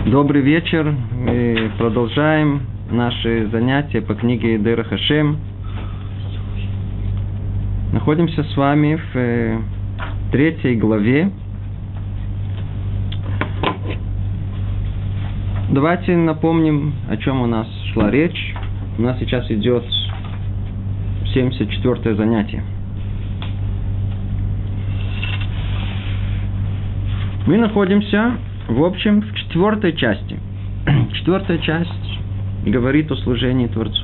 Добрый вечер. Мы продолжаем наши занятия по книге Дерech Хашем. Находимся с вами в 3 главе. Давайте напомним, о чем у нас шла речь. У нас сейчас идет 74-е занятие. Мы находимся, в общем, в 4 части. 4 часть говорит о служении Творцу.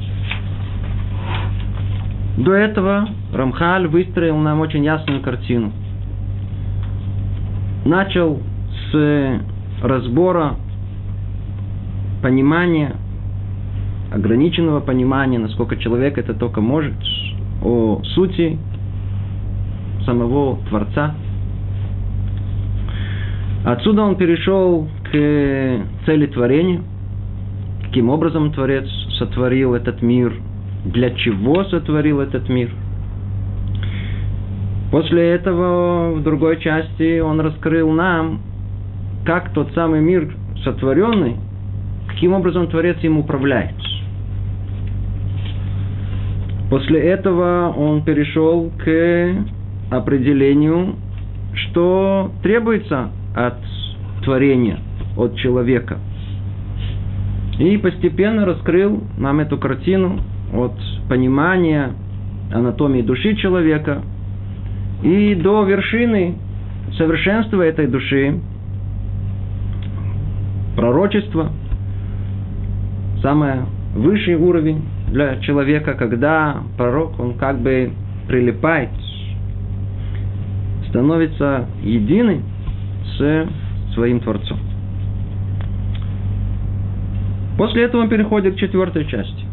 До этого Рамхаль выстроил нам очень ясную картину. Начал с разбора понимания, ограниченного понимания, насколько человек это только может, о сути самого Творца. Отсюда он перешел к цели творения, каким образом Творец сотворил этот мир, для чего сотворил этот мир. После этого в другой части он раскрыл нам, как тот самый мир сотворенный, каким образом Творец им управляет. После этого он перешел к определению, что требуется от творения, от человека. И постепенно раскрыл нам эту картину от понимания анатомии души человека и до вершины совершенства этой души, пророчества, самый высший уровень для человека, когда пророк, он как бы прилипает, становится единым с своим Творцом. После этого он переходит к 4 части.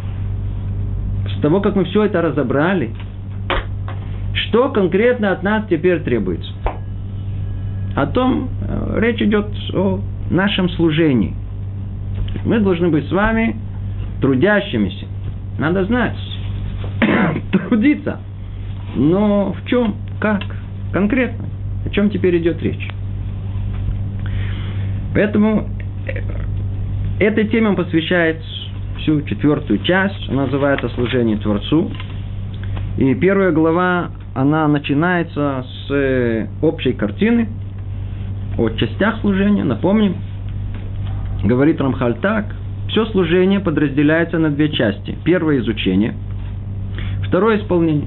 С того, как мы все это разобрали, что конкретно от нас теперь требуется? О том речь идет о нашем служении. Мы должны быть с вами трудящимися. Надо знать, трудиться. Но в чем, как, конкретно, о чем теперь идет речь? Поэтому этой теме он посвящает всю 4 часть. Она называется «Служение Творцу». И 1 глава, она начинается с общей картины о частях служения. Напомним, говорит Рамхаль так: все служение подразделяется на 2 части. Первое – изучение, второе – исполнение.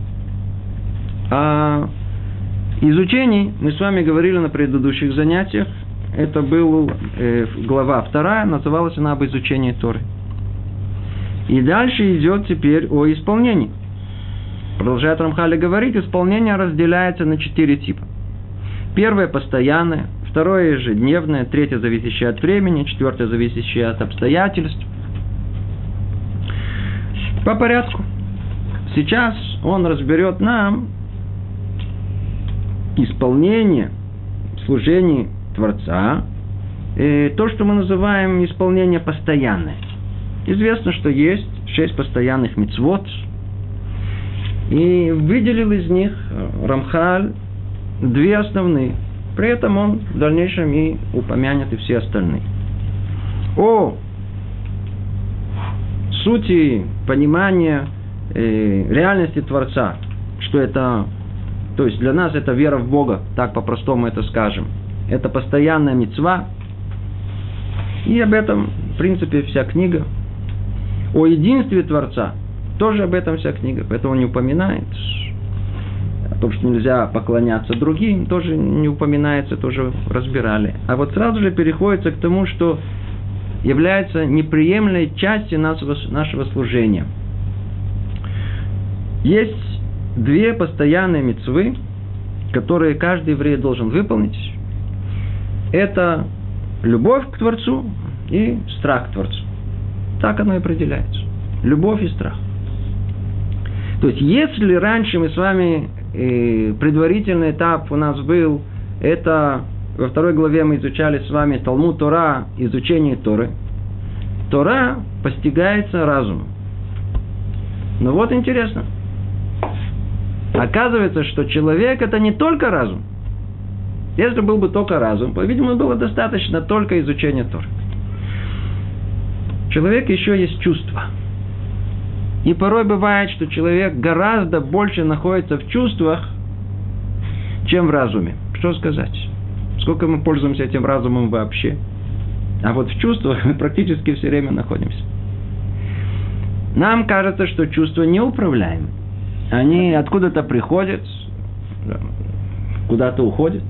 О изучении мы с вами говорили на предыдущих занятиях. Это была глава 2, называлась она об изучении Торы. И дальше идет теперь о исполнении. Продолжает Рамхаль говорить, исполнение разделяется на 4 типа. Первое – постоянное, второе – ежедневное, третье – зависящее от времени, четвертое – зависящее от обстоятельств. По порядку. Сейчас он разберет нам исполнение, служение Творца, то, что мы называем исполнение постоянное. Известно, что есть 6 постоянных мицвот, и выделил из них Рамхаль 2 основные. При этом он в дальнейшем и упомянет и все остальные. О сути понимания реальности Творца, что это, то есть для нас это вера в Бога, так по-простому это скажем. Это постоянная мицва. И об этом, в принципе, вся книга. О единстве Творца тоже об этом вся книга. Поэтому он не упоминает. О том, что нельзя поклоняться другим, тоже не упоминается, тоже разбирали. А вот сразу же переходится к тому, что является неприемлемой частью нашего служения. Есть 2 постоянные мицвы, которые каждый еврей должен выполнить. Это любовь к Творцу и страх к Творцу. Так оно и определяется. Любовь и страх. То есть, если раньше мы с вами, предварительный этап у нас был, это во 2 главе мы изучали с вами Талмуд Тора, изучение Торы. Тора постигается разумом. Но вот интересно. Оказывается, что человек – это не только разум. Если был бы только разум, по-видимому, было достаточно только изучения Торы. Человек еще есть чувства. И порой бывает, что человек гораздо больше находится в чувствах, чем в разуме. Что сказать? Сколько мы пользуемся этим разумом вообще? А вот в чувствах мы практически все время находимся. Нам кажется, что чувства неуправляемы. Они откуда-то приходят, куда-то уходят.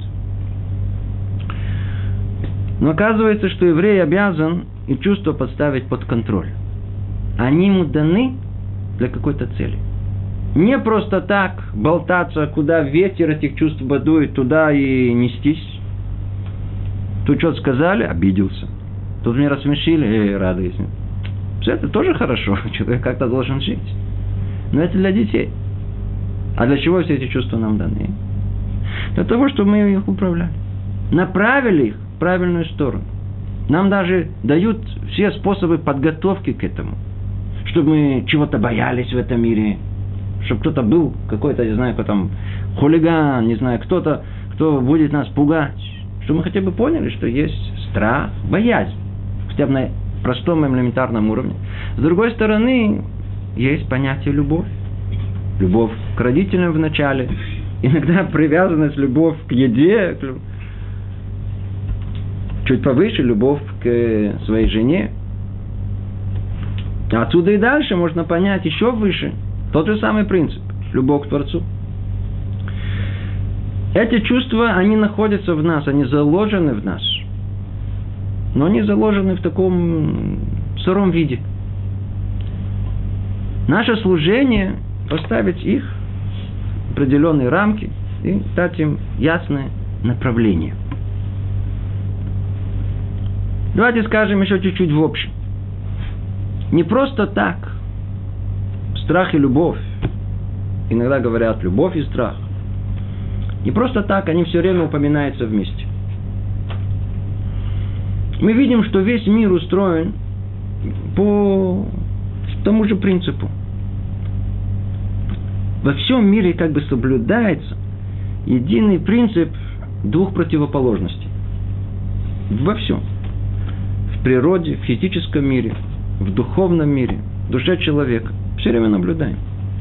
Но оказывается, что еврей обязан и чувства подставить под контроль. Они ему даны для какой-то цели. Не просто так болтаться, куда ветер этих чувств дует, туда и нестись. Тут что-то сказали, обиделся. Тут меня рассмешили, радуйся. Все это тоже хорошо, человек как-то должен жить. Но это для детей. А для чего все эти чувства нам даны? Для того, чтобы мы их управляли. Направили их в правильную сторону. Нам даже дают все способы подготовки к этому. Чтобы мы чего-то боялись в этом мире. Чтобы кто-то был, какой-то, не знаю, потом хулиган, не знаю, кто-то, кто будет нас пугать. Чтобы мы хотя бы поняли, что есть страх, боязнь. Хотя бы на простом элементарном уровне. С другой стороны, есть понятие любовь. Любовь к родителям вначале. Иногда привязанность, любовь к еде. Чуть повыше, любовь к своей жене. А отсюда и дальше можно понять еще выше. Тот же самый принцип. Любовь к Творцу. Эти чувства, они находятся в нас, они заложены в нас. Но они заложены в таком сыром виде. Наше служение – поставить их в определенные рамки и дать им ясное направление. Давайте скажем еще чуть-чуть в общем. Не просто так страх и любовь, иногда говорят любовь и страх, не просто так они все время упоминаются вместе. Мы видим, что весь мир устроен по тому же принципу. Во всем мире как бы соблюдается единый принцип двух противоположностей. Во всем. В природе, в физическом мире, в духовном мире, в душе человека. Все время наблюдаем.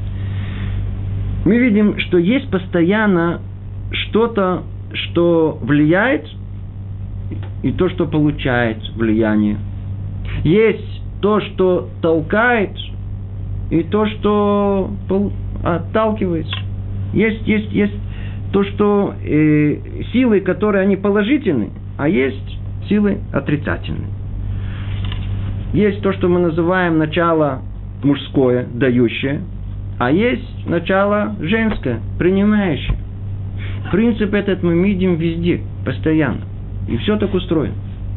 Мы видим, что есть постоянно что-то, что влияет, и то, что получает влияние. Есть то, что толкает, и то, что отталкивается. Есть то, что силы, которые они положительны, а есть силы отрицательные. Есть то, что мы называем начало мужское, дающее, а есть начало женское, принимающее. Принцип этот мы видим везде, постоянно. И все так устроено.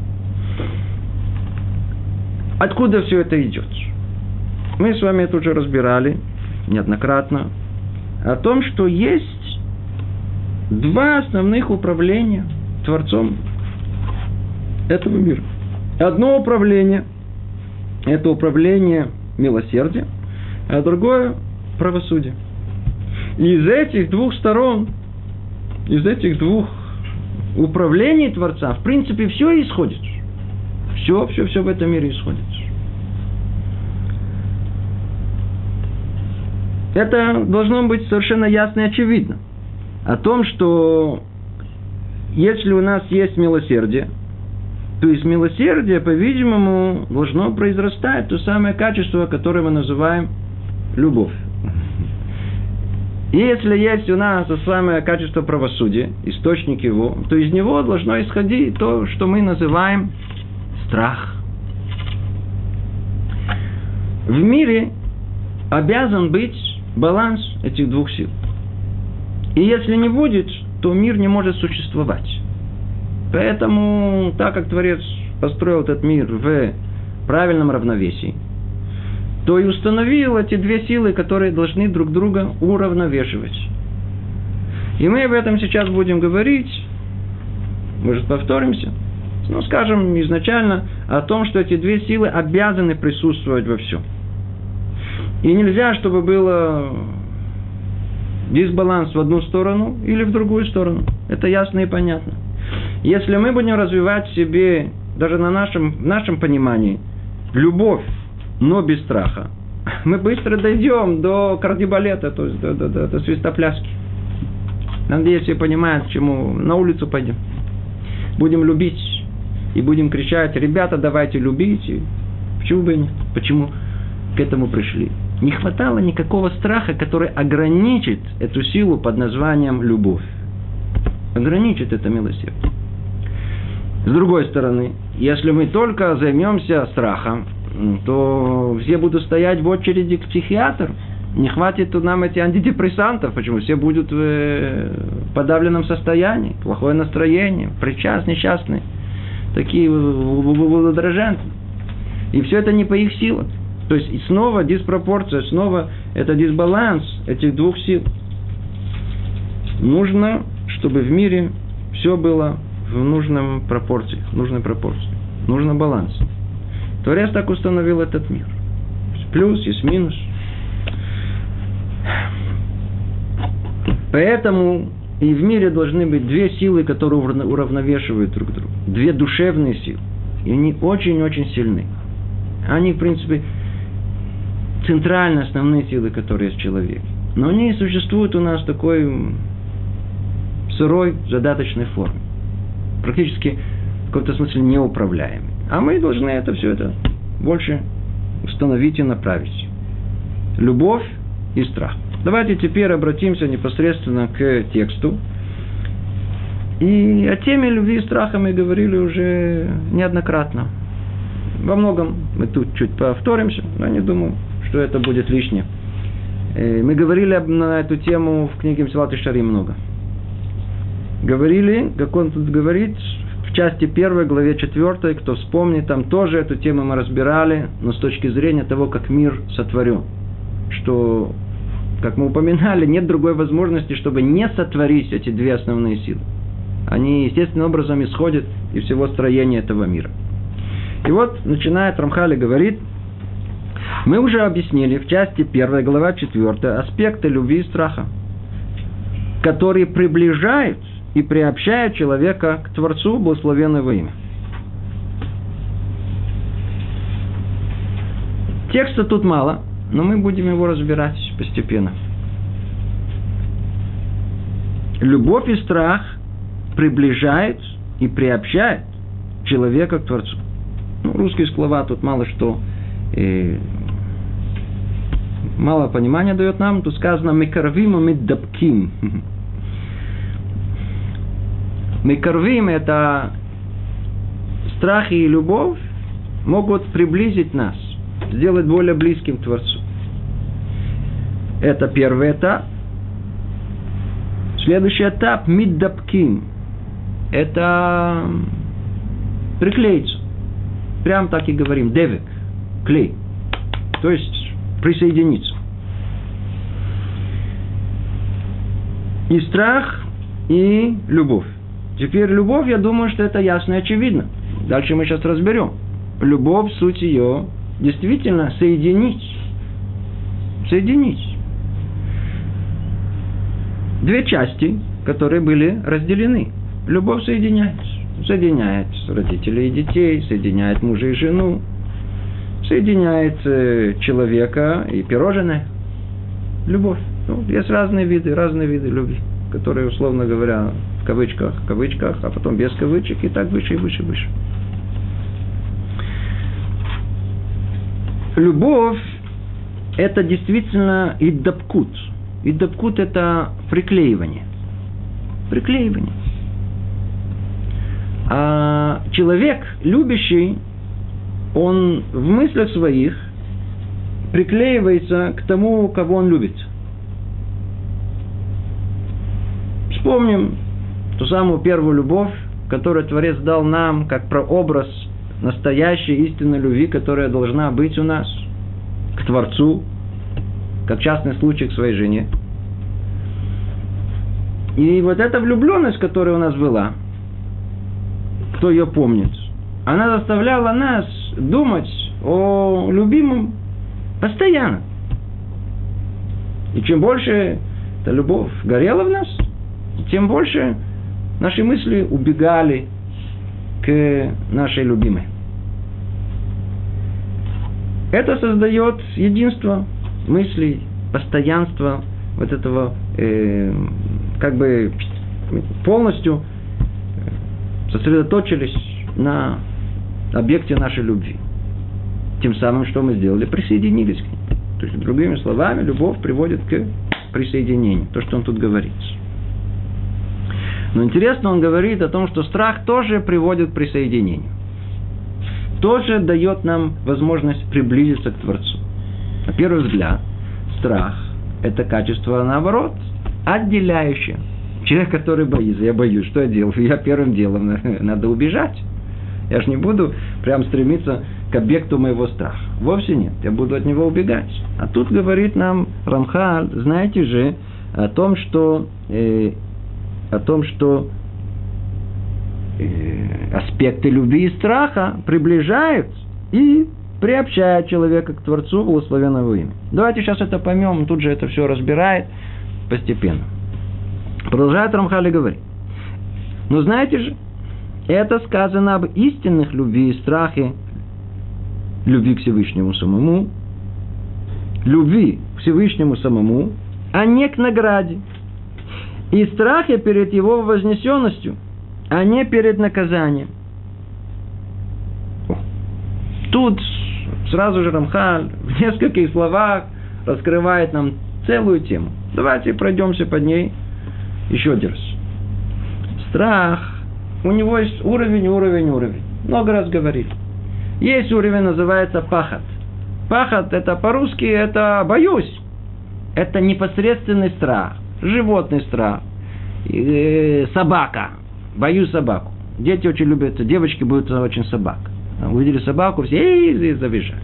Откуда все это идет? Мы с вами это уже разбирали неоднократно. О том, что есть два основных управления Творцом этого мира. Одно управление – это управление милосердия, а другое – правосудие. И из этих двух сторон, из этих двух управлений Творца, в принципе, все исходит. Все в этом мире исходит. Это должно быть совершенно ясно и очевидно. О том, что если у нас есть милосердие, то из милосердия, по-видимому, должно произрастать то самое качество, которое мы называем любовь. И если есть у нас то самое качество правосудия, источник его, то из него должно исходить то, что мы называем страх. В мире обязан быть баланс этих двух сил. И если не будет, то мир не может существовать. Поэтому, так как Творец построил этот мир в правильном равновесии, то и установил эти две силы, которые должны друг друга уравновешивать. И мы об этом сейчас будем говорить, может, повторимся, но скажем изначально о том, что эти две силы обязаны присутствовать во всем. И нельзя, чтобы был дисбаланс в одну сторону или в другую сторону. Это ясно и понятно. Если мы будем развивать в себе, даже в нашем понимании, любовь, но без страха, мы быстро дойдем до кардибалета, то есть до свистопляски. Надеюсь, все понимают, к чему. На улицу пойдем. Будем любить и будем кричать: ребята, давайте любить. Почему бы нет? Почему к этому пришли? Не хватало никакого страха, который ограничит эту силу под названием любовь. Ограничит это милосердие. С другой стороны, если мы только займемся страхом, то все будут стоять в очереди к психиатру. Не хватит нам этих антидепрессантов. Почему? Все будут в подавленном состоянии, плохое настроение, причастны, несчастные, такие дрожанты. И все это не по их силам. То есть и снова диспропорция, снова это дисбаланс этих двух сил. Нужно, чтобы в мире все было в нужной пропорции. Нужно баланс. Творец так установил этот мир. Есть плюс, есть минус. Поэтому и в мире должны быть две силы, которые уравновешивают друг друга. Две душевные силы. И они очень-очень сильны. Они, в принципе, центральные, основные силы, которые есть в человеке. Но они существуют у нас в такой сырой, задаточной форме. Практически в каком-то смысле неуправляемой. А мы должны все это больше установить и направить. Любовь и страх. Давайте теперь обратимся непосредственно к тексту. И о теме любви и страха мы говорили уже неоднократно. Во многом мы тут чуть повторимся, но не думаю, что это будет лишнее. Мы говорили на эту тему в книге Месилат Йешарим много. Говорили, как он тут говорит, в части 1, главе 4, кто вспомнит, там тоже эту тему мы разбирали, но с точки зрения того, как мир сотворен. Что, как мы упоминали, нет другой возможности, чтобы не сотворить эти две основные силы. Они естественным образом исходят из всего строения этого мира. И вот, начинает Рамхаль говорит, мы уже объяснили в части 1, глава 4, аспекты любви и страха, которые приближают и приобщают человека к Творцу, благословенное его имя. Текста тут мало, но мы будем его разбирать постепенно. Любовь и страх приближают и приобщают человека к Творцу. Русские слова тут мало что, мало понимания дает нам. Тут сказано «мекарвим и миддабким». Мекарвим – это страх и любовь могут приблизить нас, сделать более близким к Творцу. Это первый этап. Следующий этап – миддабким. Это приклеиться. Прям так и говорим. Девек. Клей. То есть присоединиться. И страх, и любовь. Теперь любовь, я думаю, что это ясно и очевидно. Дальше мы сейчас разберем. Любовь, суть ее, действительно соединить. Соединить. Две части, которые были разделены. Любовь соединяет. Соединяет родителей и детей, соединяет мужа и жену, соединяет человека и пирожное. Любовь. Есть разные виды любви, которые, условно говоря, в кавычках, а потом без кавычек, и так выше и выше и выше. Любовь – это действительно иддабкут. Иддабкут – это приклеивание. Приклеивание. А человек, любящий, он в мыслях своих приклеивается к тому, кого он любит. Вспомним ту самую первую любовь, которую Творец дал нам, как прообраз настоящей истинной любви, которая должна быть у нас к Творцу, как частный случай к своей жене. И вот эта влюбленность, которая у нас была, кто ее помнит, она заставляла нас думать о любимом постоянно. И чем больше эта любовь горела в нас, тем больше наши мысли убегали к нашей любимой. Это создает единство мыслей, постоянство вот этого, как бы полностью сосредоточились на объекте нашей любви. Тем самым, что мы сделали, присоединились к ней. То есть, другими словами, любовь приводит к присоединению. То, что он тут говорит. Но интересно, он говорит о том, что страх тоже приводит к присоединению. Тоже дает нам возможность приблизиться к Творцу. На первый взгляд, страх – это качество, наоборот, отделяющее. Человек, который боится, я боюсь, что я делаю? Я первым делом надо убежать. Я же не буду прям стремиться к объекту моего страха. Вовсе нет, я буду от него убегать. А тут говорит нам Рамхаль, знаете же, о том, что аспекты любви и страха приближают и приобщают человека к Творцу, благословенного имя. Давайте сейчас это поймем, он тут же это все разбирает постепенно. Продолжает Рамхаль и говорит. Но знаете же, это сказано об истинных любви и страхе, любви к Всевышнему самому, любви к Всевышнему самому, а не к награде, и страхе перед его вознесенностью, а не перед наказанием. Тут сразу же Рамхаль в нескольких словах раскрывает нам целую тему. Давайте пройдемся под ней еще один раз. Страх. У него есть уровень. Много раз говорили. Есть уровень, называется пахат. Пахат, это по-русски, это боюсь. Это непосредственный страх. Животный страх. Собака. Боюсь собаку. Дети очень любят, девочки боятся очень собак. Увидели собаку, все завизжали.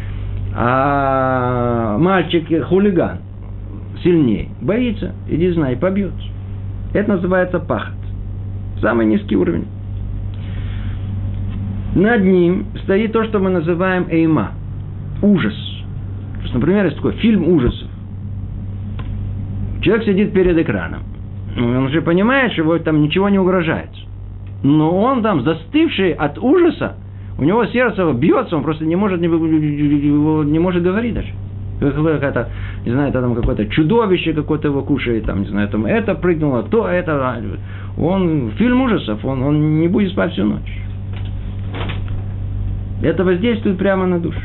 А мальчик, хулиган, сильнее. Боится, иди знай, побьет. Это называется пахат. Самый низкий уровень. Над ним стоит то, что мы называем эйма. Ужас. То есть, например, есть такой фильм ужасов. Человек сидит перед экраном. Он же понимает, что его там ничего не угрожает. Но он там застывший от ужаса. У него сердце бьется, он просто не может говорить даже. Какая-то, не знаю, там какое-то чудовище какое-то его кушает, там, не знаю, там это прыгнуло, то это. Он, фильм ужасов, он не будет спать всю ночь. Это воздействует прямо на душу.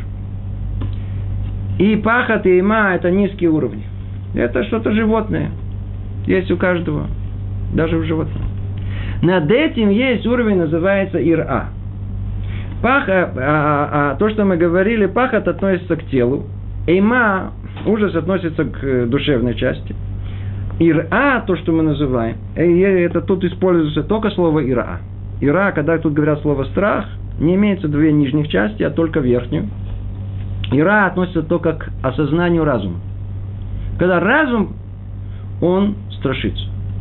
И пахат, и има – это низкие уровни. Это что-то животное. Есть у каждого, даже у животного. Над этим есть уровень, называется ира. То, что мы говорили, пахат относится к телу. Эйма, ужас, относится к душевной части. Ира, то, что мы называем, это тут используется только слово ира. Ира, когда тут говорят слово страх, не имеется две нижних части, а только верхнюю. Ира относится только к осознанию разума. Когда разум, он страшится.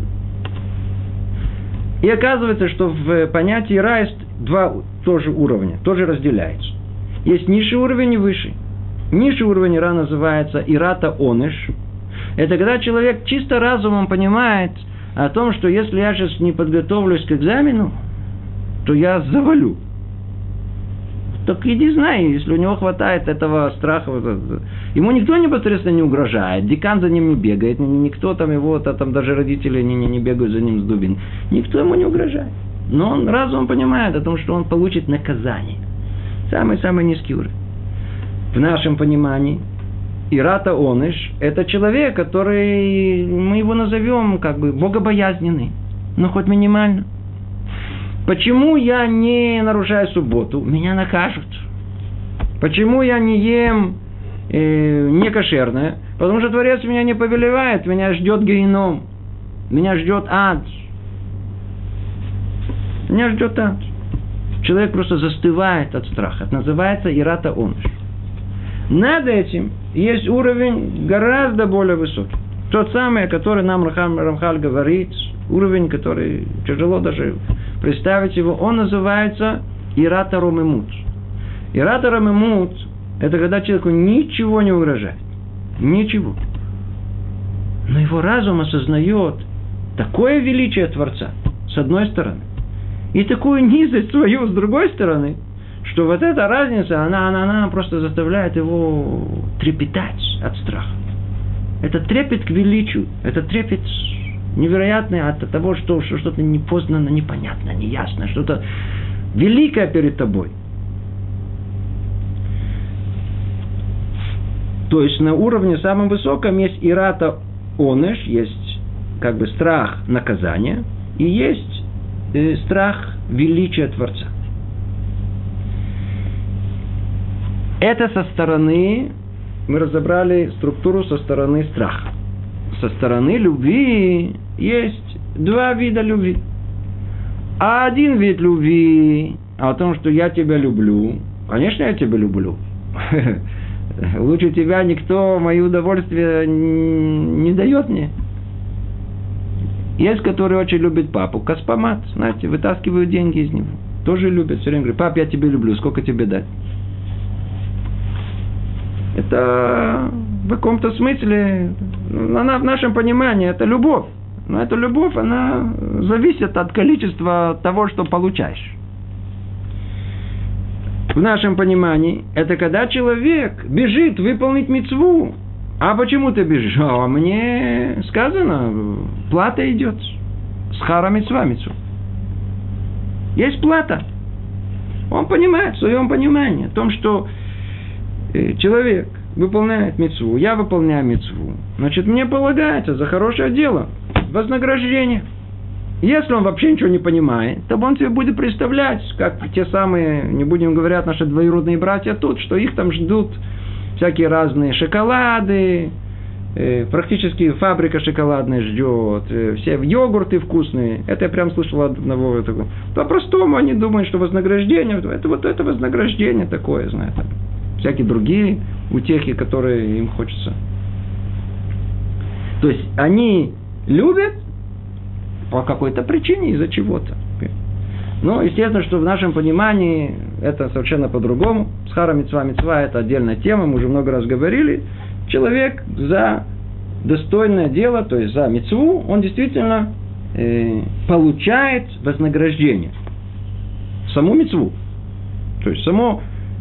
И оказывается, что в понятии ира есть два тоже уровня, тоже разделяется. Есть низший уровень и высший. Низший уровень ира называется ирата оныш. Это когда человек чисто разумом понимает о том, что если я сейчас не подготовлюсь к экзамену, то я завалю. Так иди знай, если у него хватает этого страха. Ему никто непосредственно не угрожает, декан за ним не бегает, никто там его, там даже родители не бегают за ним с дубин. Никто ему не угрожает. Но он разумом понимает о том, что он получит наказание. Самый-самый низкий уровень. В нашем понимании ирата оныш – это человек, который, мы его назовем как бы богобоязненный, но хоть минимально. Почему я не нарушаю субботу? Меня накажут. Почему я не ем некошерное? Потому что Творец меня не повелевает, меня ждет геном, меня ждет ад. Меня ждет ад. Человек просто застывает от страха. Это называется ирата оныш. Над этим есть уровень гораздо более высокий. Тот самый, о котором нам Рамхаль говорит, уровень, который тяжело даже представить его, он называется ирата ромемут. Ирата ромемут – это когда человеку ничего не угрожает. Ничего. Но его разум осознает такое величие Творца, с одной стороны, И такую низость свою с другой стороны, что вот эта разница, она просто заставляет его трепетать от страха. Это трепет к величию, это трепет невероятный от того, что что-то непознанно, непонятно, неясно, что-то великое перед тобой. То есть на уровне самом высоком есть ирата онеш, есть как бы страх наказания, и есть страх величия Творца. Это со стороны, мы разобрали структуру со стороны страха. Со стороны любви есть два вида любви. А один вид любви о том, что я тебя люблю. Конечно, я тебя люблю. Лучше тебя никто мои удовольствия не дает мне. Есть, которые очень любят папу. Каспомат, знаете, вытаскивают деньги из него. Тоже любят. Все время говорят: пап, я тебя люблю, сколько тебе дать? Это в каком-то смысле, она в нашем понимании, это любовь. Но эта любовь, она зависит от количества того, что получаешь. В нашем понимании, это когда человек бежит выполнить мицву. А почему ты бежишь? А мне сказано, плата идет. Схара мицва мицву. Есть плата. Он понимает в своем понимании о том, что человек выполняет мицву, я выполняю мицву. Значит, мне полагается за хорошее дело вознаграждение. Если он вообще ничего не понимает, то он себе будет представлять, как те самые, не будем говорить, наши двоюродные братья тут, что их там ждут всякие разные шоколады, практически фабрика шоколадная ждет, все йогурты вкусные. Это я прям слышал от одного такого. По-простому они думают, что вознаграждение, это вознаграждение такое, знаете. Всякие другие утехи, которые им хочется. То есть они любят по какой-то причине, из-за чего-то. Но, естественно, что в нашем понимании это совершенно по-другому. Схара мицва мицва – это отдельная тема, мы уже много раз говорили. Человек за достойное дело, то есть за мицву, он действительно получает вознаграждение. Саму мицву. То есть само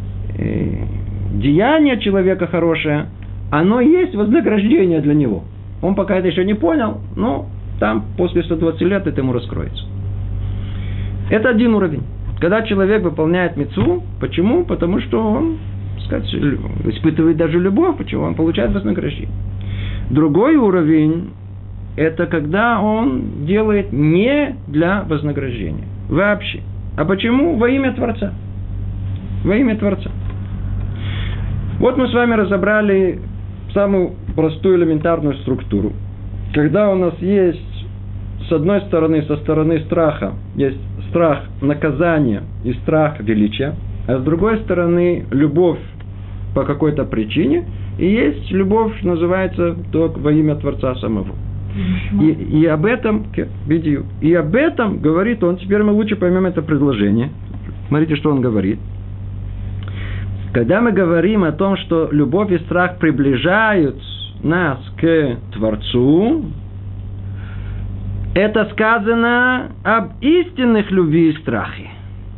деяние человека хорошее, оно есть вознаграждение для него. Он пока это еще не понял, но там после 120 лет это ему раскроется. Это один уровень. Когда человек выполняет мицву, почему? Потому что он, так сказать, испытывает даже любовь, почему? Он получает вознаграждение. Другой уровень – это когда он делает не для вознаграждения. Вообще. А почему? Во имя Творца. Во имя Творца. Вот мы с вами разобрали самую простую элементарную структуру. Когда у нас есть, с одной стороны, со стороны страха, есть страх наказания и страх величия, а с другой стороны, любовь по какой-то причине, и есть любовь, называется, только во имя Творца самого. И об этом, и об этом говорит он, теперь мы лучше поймем это предложение. Смотрите, что он говорит. Когда мы говорим о том, что любовь и страх приближают нас к Творцу, это сказано об истинных любви и страхе.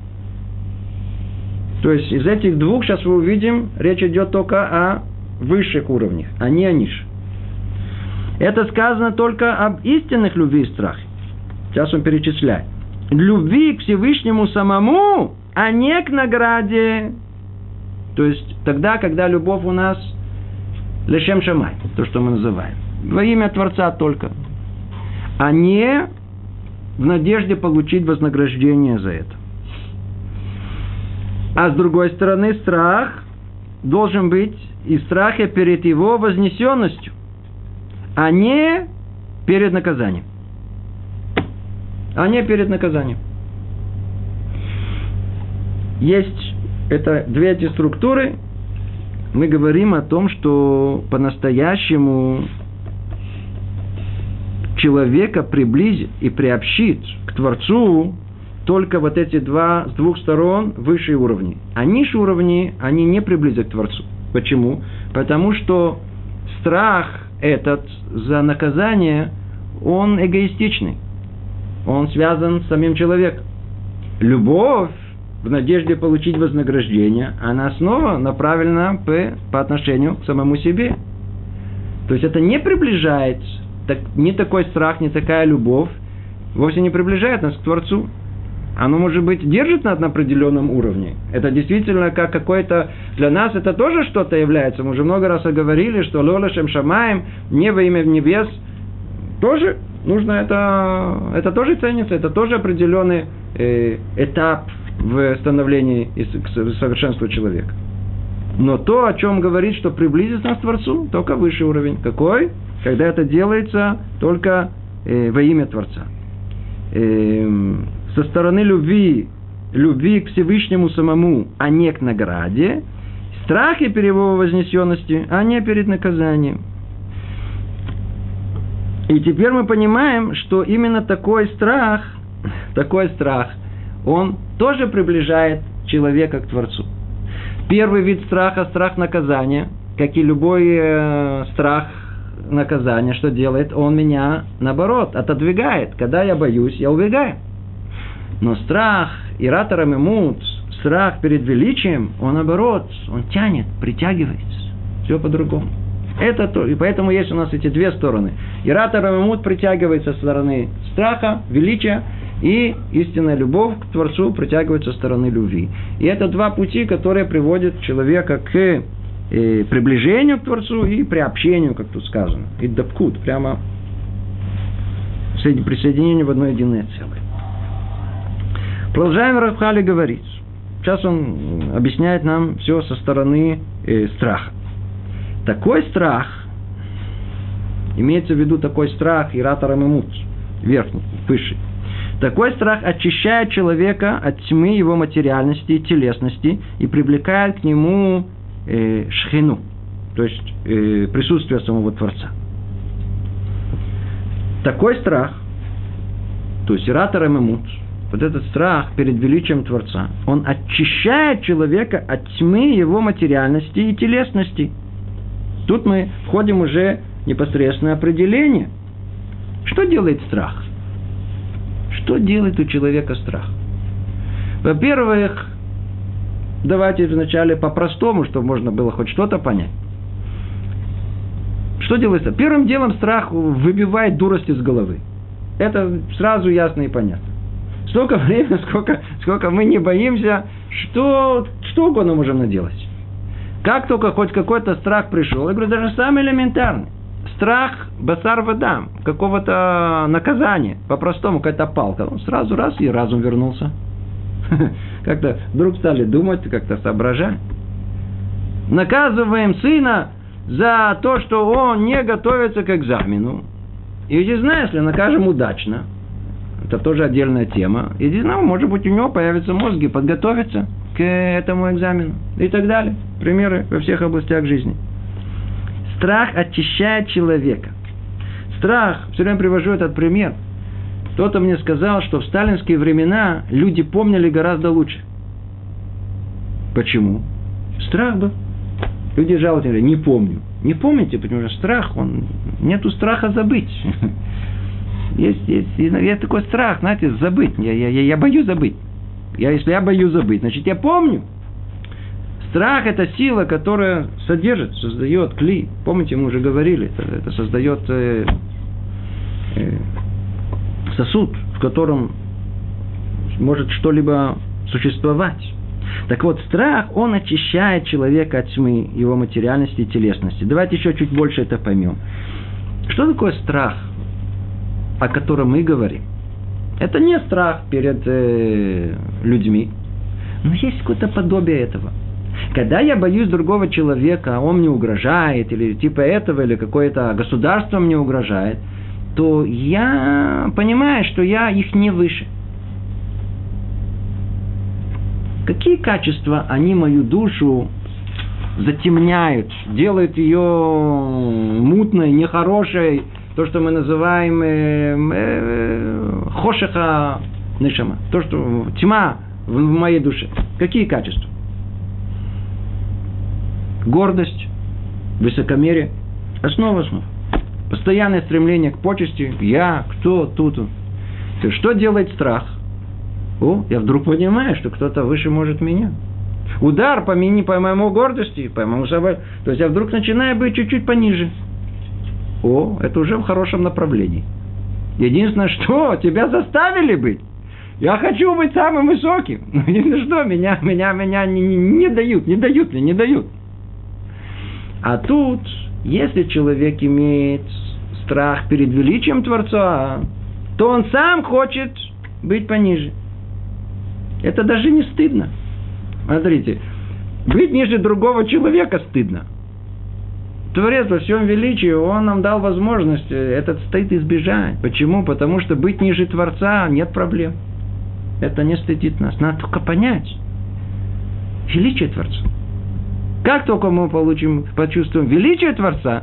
То есть из этих двух, сейчас мы увидим, речь идет только о высших уровнях, а не о низших. Это сказано только об истинных любви и страхе. Сейчас он перечисляет. Любви к Всевышнему самому, а не к награде. То есть тогда, когда любовь у нас лешем шамай, то, что мы называем. Во имя Творца только. А не в надежде получить вознаграждение за это. А с другой стороны, страх должен быть и страх перед его вознесенностью, а не перед наказанием. А не перед наказанием. Есть это две эти структуры. Мы говорим о том, что по-настоящему человека приблизит и приобщит к Творцу только вот эти с двух сторон высшие уровни. А низшие уровни, они не приблизят к Творцу. Почему? Потому что страх этот за наказание, он эгоистичный. Он связан с самим человеком. любовь в надежде получить вознаграждение, она снова направлена по отношению к самому себе. То есть это не приближает, ни такой страх, ни такая любовь вовсе не приближает нас к Творцу. Оно, может быть, держит нас на определенном уровне. Это действительно как какое-то... Для нас это тоже что-то является. Мы уже много раз говорили, что лолашем шамаем, небо имя небес, тоже нужно это тоже ценится, это тоже определенный этап в становлении и совершенству человека. Но то, о чем говорит, что приблизит нас к Творцу, только высший уровень. Какой? Когда это делается только во имя Творца. Со стороны любви к Всевышнему самому, а не к награде, страхи перед его вознесенности, а не перед наказанием. И теперь мы понимаем, что именно такой страх, он тоже приближает человека к Творцу. Первый вид страха – страх наказания, как и любой страх наказания, что делает? Он меня, наоборот, отодвигает. Когда я боюсь, я убегаю. Но страх, ират рамемут, страх перед величием, он наоборот, он тянет, притягивает. Все по-другому. Это то, и поэтому есть у нас эти две стороны. Ират рамемут притягивается со стороны страха, величия, и истинная любовь к Творцу притягивается со стороны любви. И это два пути, которые приводят человека к приближению к Творцу и приобщению, как тут сказано. И дабкут, прямо присоединение в одно единое целое. Продолжаем Рав Хали говорить. Сейчас он объясняет нам все со стороны страха. Такой страх, имеется в виду такой страх ират рамемут, верхний, высший. Такой страх очищает человека от тьмы его материальности и телесности и привлекает к нему шхину, то есть присутствие самого Творца. Такой страх, то есть ират рамемут, вот этот страх перед величием Творца, он очищает человека от тьмы его материальности и телесности. Тут мы входим уже в непосредственное определение. Что делает страх? Что делает у человека страх? Во-первых, давайте вначале по-простому, чтобы можно было хоть что-то понять. Что делает страх? Первым делом страх выбивает дурость из головы. Это сразу ясно и понятно. Столько времени, сколько мы не боимся, что угодно можем наделать. Как только хоть какой-то страх пришел, я говорю, даже самый элементарный. Страх басар вадам, какого-то наказания, по-простому, какая-то палка. Он сразу раз и разум вернулся. Как-то вдруг стали думать, как-то соображать. Наказываем сына за то, что он не готовится к экзамену. И ведь знаешь, если накажем удачно, это тоже отдельная тема, и действительно, может быть, у него появятся мозги подготовиться к этому экзамену и так далее. Примеры во всех областях жизни. Страх очищает человека. Страх, все время привожу этот пример. Кто-то мне сказал, что в сталинские времена люди помнили гораздо лучше. Почему? Страх был. Люди жалуются, говорят, не помню. Не помните, потому что страх, нету страха забыть. Есть такой страх, знаете, забыть. Я боюсь забыть. Если я боюсь забыть, значит, я помню. Страх – это сила, которая содержит, создает кли. Помните, мы уже говорили, это создает сосуд, в котором может что-либо существовать. Так вот, страх, он очищает человека от тьмы, его материальности и телесности. Давайте еще чуть больше это поймем. Что такое страх, о котором мы говорим? Это не страх перед людьми, но есть какое-то подобие этого. Когда я боюсь другого человека, он мне угрожает, или типа этого, или какое-то государство мне угрожает, то я понимаю, что я их не выше. Какие качества они мою душу затемняют, делают ее мутной, нехорошей, то, что мы называем хошеха нишама, то, что тьма в моей душе. Какие качества? Гордость, высокомерие, основа основ. Постоянное стремление к почести, я, кто, тут. Что делает страх? Я вдруг понимаю, что кто-то выше может меня. Удар по моему гордости, по моему собой. То есть я вдруг начинаю быть чуть-чуть пониже. Это уже в хорошем направлении. Единственное, что тебя заставили быть. Я хочу быть самым высоким. Но единственное, что меня не дают. А тут, если человек имеет страх перед величием Творца, то он сам хочет быть пониже. Это даже не стыдно. Смотрите, быть ниже другого человека стыдно. Творец во всем величии, он нам дал возможность этот стыд избежать. Почему? Потому что быть ниже Творца нет проблем. Это не стыдит нас. Надо только понять величие Творца. Как только мы почувствуем величие Творца,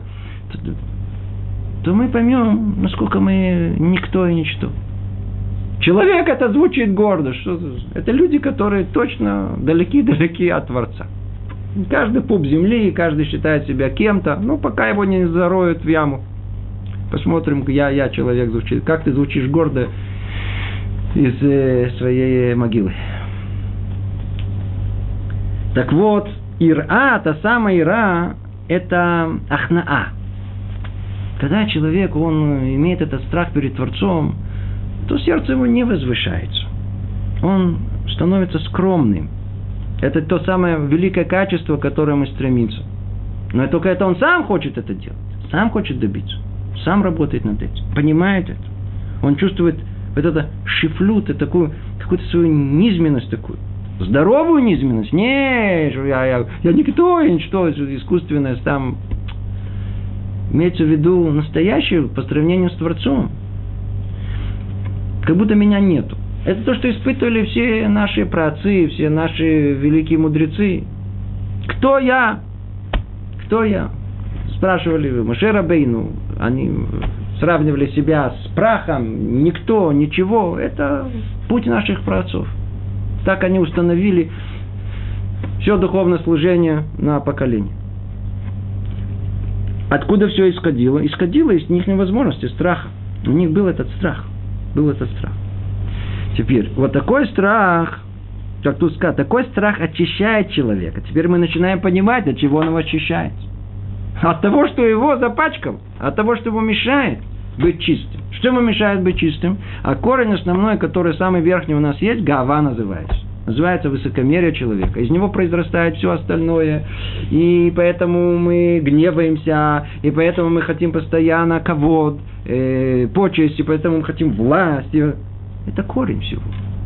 то мы поймем, насколько мы никто и ничто. Человек это звучит гордо. Это люди, которые точно далеки от Творца. Каждый пуп земли, каждый считает себя кем-то, пока его не зароют в яму. Посмотрим, я человек звучит. Как ты звучишь гордо из своей могилы. Так вот, ира, та самая ира, это ахнаа. Когда человек, он имеет этот страх перед Творцом, то сердце его не возвышается. Он становится скромным. Это то самое великое качество, к которому стремится. Но только это он сам хочет это делать. Сам хочет добиться. Сам работает над этим. Понимает это. Он чувствует вот это шифлют, такую какую-то свою низменность такую. Здоровую низменность. Не, я никто, я ничто, искусственное там. Имеется в виду настоящую по сравнению с Творцом. Как будто меня нету. Это то, что испытывали все наши праотцы, все наши великие мудрецы. Кто я? Кто я? Спрашивали Моше Рабейну. Они сравнивали себя с прахом. Никто, ничего. Это путь наших праотцов. Так они установили все духовное служение на поколение. Откуда все исходило? Исходило из их невозможности, страха. У них был этот страх. Теперь, вот такой страх, как тут сказано, такой страх очищает человека. Теперь мы начинаем понимать, от чего он его очищает. От того, что его запачкал, от того, что ему мешает быть чистым. Что ему мешает быть чистым? А корень основной, который самый верхний у нас есть, гава называется. Называется высокомерие человека. Из него произрастает все остальное. И поэтому мы гневаемся. И поэтому мы хотим постоянно кавод, почесть. И поэтому мы хотим власть. Это корень всего.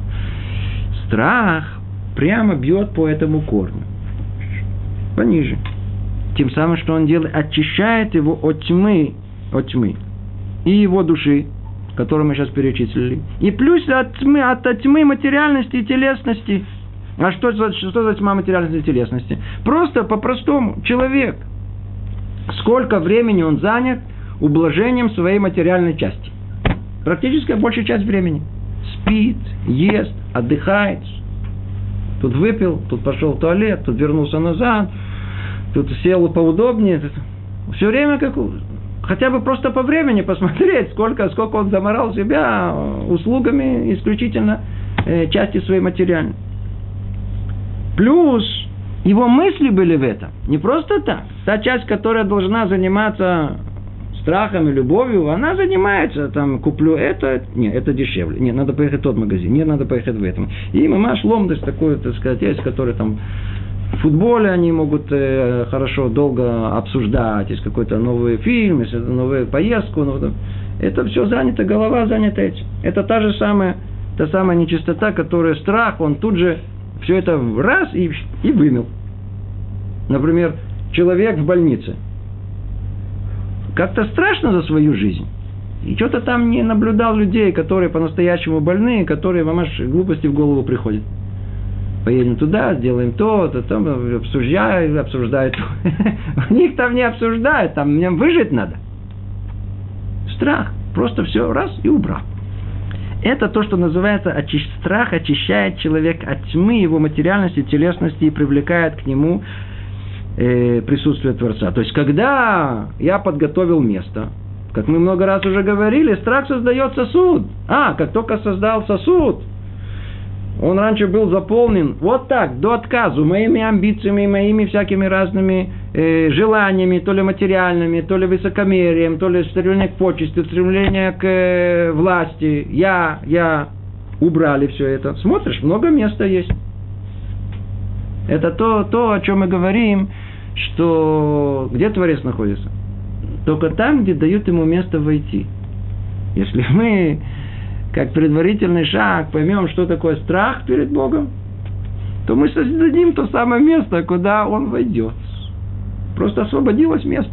Страх прямо бьет по этому корню. Пониже. Тем самым, что он делает, очищает его от тьмы. И его души, которую мы сейчас перечислили. И плюс от тьмы материальности и телесности. А что за тьма материальности и телесности? Просто по-простому. Человек. Сколько времени он занят ублажением своей материальной части? Практически большая часть времени. Спит, ест, отдыхает. Тут выпил, тут пошел в туалет, тут вернулся назад, тут сел поудобнее. Все время как... Хотя бы просто по времени посмотреть, сколько он заморал себя услугами исключительно части своей материальной. Плюс его мысли были в этом. Не просто так. Та часть, которая должна заниматься страхом и любовью, она занимается, куплю это, нет, это дешевле, нет, надо поехать в тот магазин, нет, надо поехать в этом. И мамаш ломдость такой, так сказать, есть, которые в футболе они могут хорошо, долго обсуждать, есть какой-то новый фильм, есть новую поездку, это все занято, голова занята этим. Это та самая нечистота, которая страх, он тут же все это раз и вымел. Например, человек в больнице. Как-то страшно за свою жизнь. И что-то там не наблюдал людей, которые по-настоящему больные, которые мамаш глупости в голову приходят. Поедем туда, сделаем то, там обсуждают. У них там не обсуждают, там мне выжить надо. Страх. Просто все раз и убрал. Это то, что называется страх очищает человека от тьмы, его материальности, телесности и привлекает к нему присутствие Творца. То есть, когда я подготовил место, как мы много раз уже говорили, страх создает сосуд. Как только создал сосуд, Он раньше был заполнен вот так, до отказа, моими амбициями, моими всякими разными желаниями, то ли материальными, то ли высокомерием, то ли стремление к почести, стремление к власти. Я. Убрали все это. Смотришь, много места есть. Это то, о чем мы говорим, что где Творец находится? Только там, где дают ему место войти. Если мы, как предварительный шаг, поймем, что такое страх перед Богом, то мы создадим то самое место, куда он войдет. Просто освободилось место.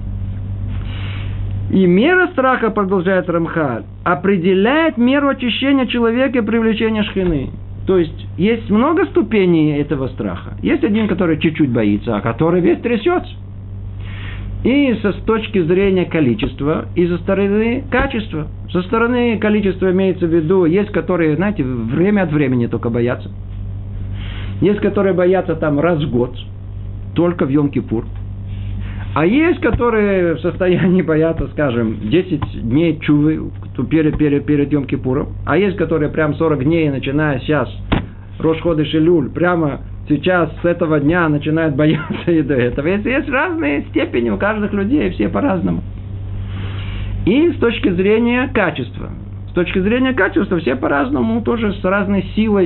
И мера страха, продолжает Рамхаль, определяет меру очищения человека и привлечения шхины. То есть много ступеней этого страха. Есть один, который чуть-чуть боится, а который весь трясется. И с точки зрения количества, и со стороны качества. Со стороны количества имеется в виду, есть, которые, знаете, время от времени только боятся. Есть, которые боятся там раз в год, только в Йом-Кипур. А есть, которые в состоянии бояться, скажем, 10 дней чувы перед Йом-Кипуром. А есть, которые прям 40 дней, начиная сейчас, Рош ходеш Элюль, прямо сейчас с этого дня начинают бояться и до этого. Есть разные степени у каждых людей, все по-разному. И с точки зрения качества. С точки зрения качества все по-разному, тоже с разной силой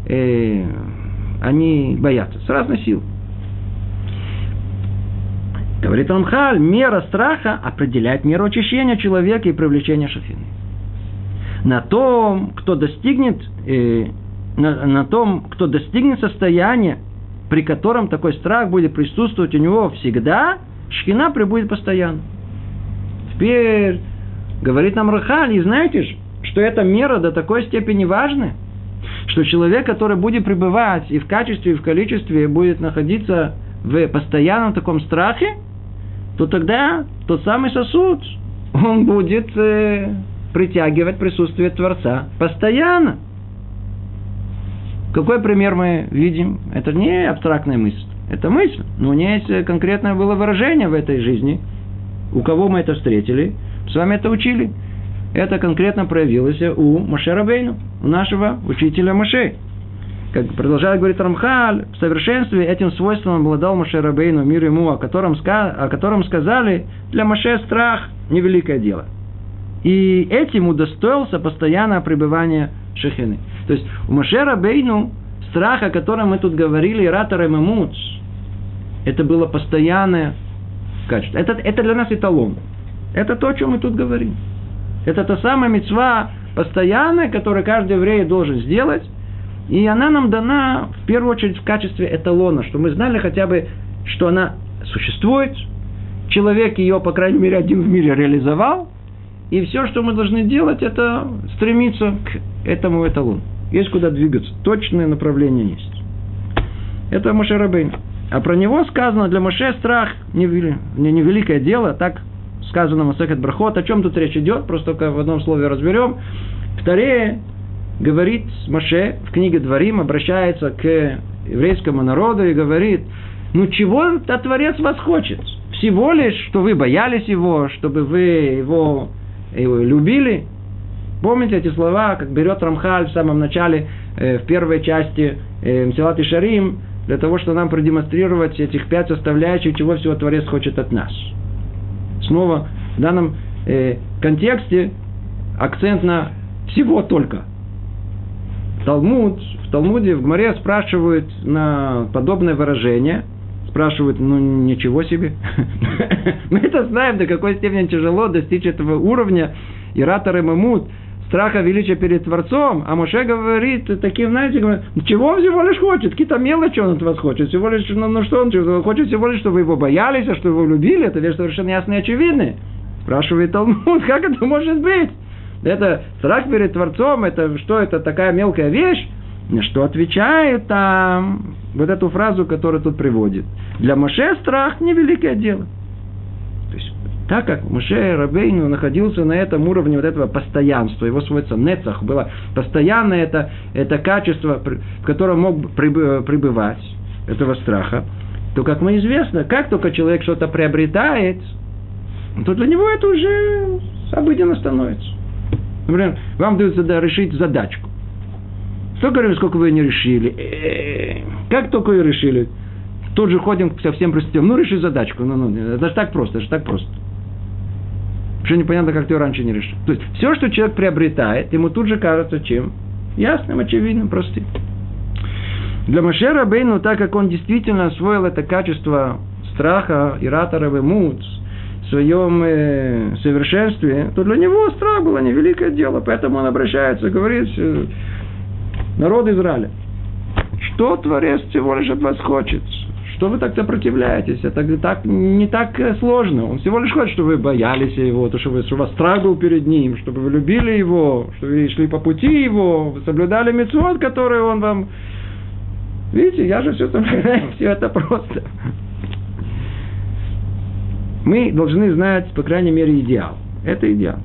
они боятся. С разной силой. Говорит Рамхаль, мера страха определяет меру очищения человека и привлечения шахины. На том, кто достигнет состояния, при котором такой страх будет присутствовать у него всегда, шхина прибудет постоянно. Теперь говорит нам Рамхаль, и знаете же, что эта мера до такой степени важна, что человек, который будет пребывать и в качестве, и в количестве, будет находиться в постоянном таком страхе, то тогда тот самый сосуд, он будет притягивать присутствие Творца постоянно. Какой пример мы видим? Это не абстрактная мысль. Это мысль, но у нее есть конкретное было выражение в этой жизни. У кого мы это встретили? С вами это учили. Это конкретно проявилось у Моше Рабейну, у нашего учителя Моше. Как продолжает говорить Рамхаль, в совершенстве этим свойством обладал Моше Рабейну, мир ему, о котором сказали, для Моше страх – невеликое дело. И этим удостоился постоянного пребывания шехины. То есть у Моше Рабейну страх, о котором мы тут говорили, ратор и мамут, это было постоянное качество. Это для нас эталон. Это то, о чем мы тут говорим. Это та самая мицва постоянная, которую каждый еврей должен сделать. И она нам дана, в первую очередь, в качестве эталона, что мы знали хотя бы, что она существует. Человек ее, по крайней мере, один в мире реализовал. И все, что мы должны делать, это стремиться к этому эталону. Есть куда двигаться. Точное направление есть. Это Моше Рабейну. А про него сказано, для Моше страх невеликое дело. Так сказано в Масехет Брахот. О чем тут речь идет? Просто только в одном слове разберем. В Торе говорит Моше в книге Дворим, обращается к еврейскому народу и говорит, чего-то Творец вас хочет? Всего лишь, что вы боялись его, чтобы вы его любили. Помните эти слова, как берет Рамхаль в самом начале, в первой части Мсилат Ишарим, для того, чтобы нам продемонстрировать этих 5 составляющих, чего всего Творец хочет от нас. Снова в данном контексте акцент на всего только. В Талмуде, в Гмаре спрашивают на подобное выражение, спрашивают, ничего себе. Мы это знаем, до какой степени тяжело достичь этого уровня иратор и мамут, страха величия перед Творцом, а Моше говорит таким, знаете, чего он всего лишь хочет, какие-то мелочи он от вас хочет, всего лишь, что он хочет всего лишь, чтобы вы его боялись, а что вы его любили, это вещь совершенно ясная и очевидная. Спрашивает Талмуд, как это может быть? Это страх перед Творцом, это что, это такая мелкая вещь? Что отвечает там вот эту фразу, которую тут приводит. Для Моше страх невеликое дело. То есть, так как Моше Рабейну находился на этом уровне вот этого постоянства, его свойство нецах было постоянное, это качество, в котором мог пребывать, этого страха, то, как мы известно, как только человек что-то приобретает, то для него это уже обыденно становится. Например, вам дают решить задачку. Столько времени, сколько вы не решили. Как только ее решили, тут же ходим ко всем проститутам. Ну, реши задачку. Это же так просто, Что непонятно, как ты ее раньше не решил. То есть, все, что человек приобретает, ему тут же кажется чем? Ясным, очевидным, простым. Для Моше Рабейну, так как он действительно освоил это качество страха, иратора вемут, в своем совершенстве, то для него страх было невеликое дело. Поэтому он обращается, говорит: народ Израиля, что Творец всего лишь от вас хочет? Что вы так сопротивляетесь? Это не так сложно. Он всего лишь хочет, чтобы вы боялись его, чтобы у вас страх был перед ним, чтобы вы любили его, чтобы вы шли по пути его, вы соблюдали мицвот, которые он вам... Видите, я же все соблюдаю, все это просто. Мы должны знать, по крайней мере, идеал. Это идеал.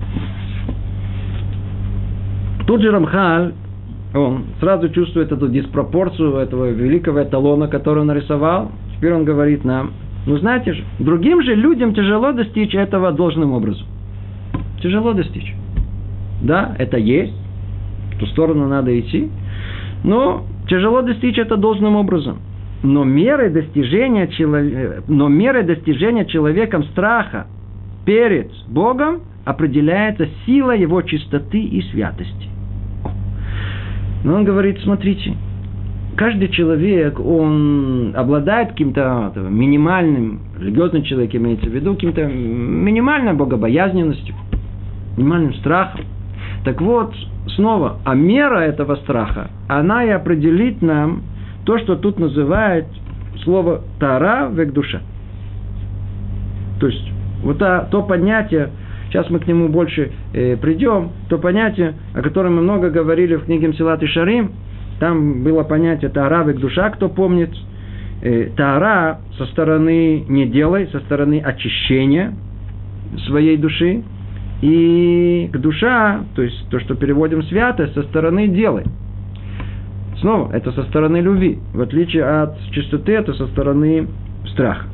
Тут же Рамхаль, он сразу чувствует эту диспропорцию этого великого эталона, который он нарисовал. Теперь он говорит нам: ну, знаете же, другим же людям тяжело достичь этого должным образом. Тяжело достичь. Да, это есть. В ту сторону надо идти. Но тяжело достичь это должным образом. Но мерой достижения человеком страха перед Богом определяется сила его чистоты и святости. Но он говорит: смотрите, каждый человек, он обладает каким-то минимальным, религиозный человек имеется в виду, каким-то минимальной богобоязненностью, минимальным страхом. Так вот, снова, а мера этого страха, она и определит нам то, что тут называют слово «тара век душа». То есть, вот то понятие, сейчас мы к нему больше придем, то понятие, о котором мы много говорили в книге Мсилат Ишарим, там было понятие «тара век душа», кто помнит. Тара со стороны «не делай», со стороны очищения своей души, и к душа, то есть то, что переводим святость, со стороны «делай». Снова, это со стороны любви. В отличие от чистоты, это со стороны страха.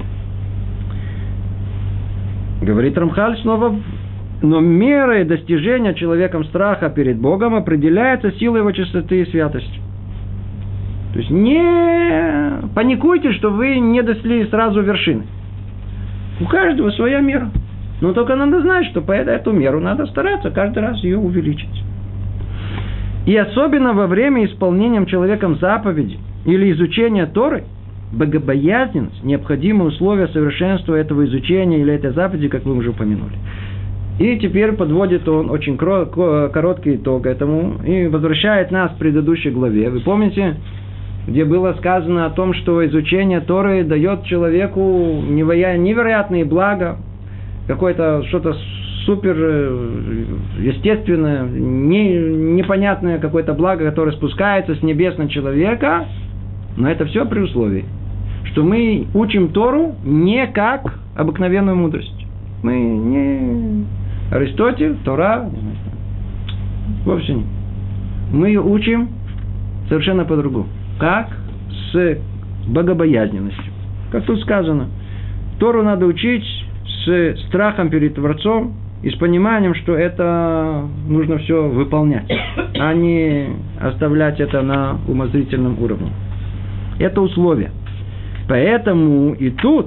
Говорит Рамхаль снова: но мерой достижения человеком страха перед Богом определяется сила его чистоты и святости. То есть не паникуйте, что вы не достигли сразу вершины. У каждого своя мера. Но только надо знать, что по эту меру надо стараться каждый раз ее увеличить. И особенно во время исполнения человеком заповеди или изучения Торы, богобоязненность – необходимое условие совершенства этого изучения или этой заповеди, как вы уже упомянули. И теперь подводит он очень короткий итог этому и возвращает нас к предыдущей главе. Вы помните, где было сказано о том, что изучение Торы дает человеку невероятные блага, какое-то что-то супер естественное, непонятное какое-то благо, которое спускается с небес на человека, но это все при условии, что мы учим Тору не как обыкновенную мудрость. Мы не Аристотель, Тора, вовсе не. Мы ее учим совершенно по-другому. Как? С богобоязненностью. Как тут сказано, Тору надо учить с страхом перед Творцом и с пониманием, что это нужно все выполнять, а не оставлять это на умозрительном уровне. Это условие. Поэтому и тут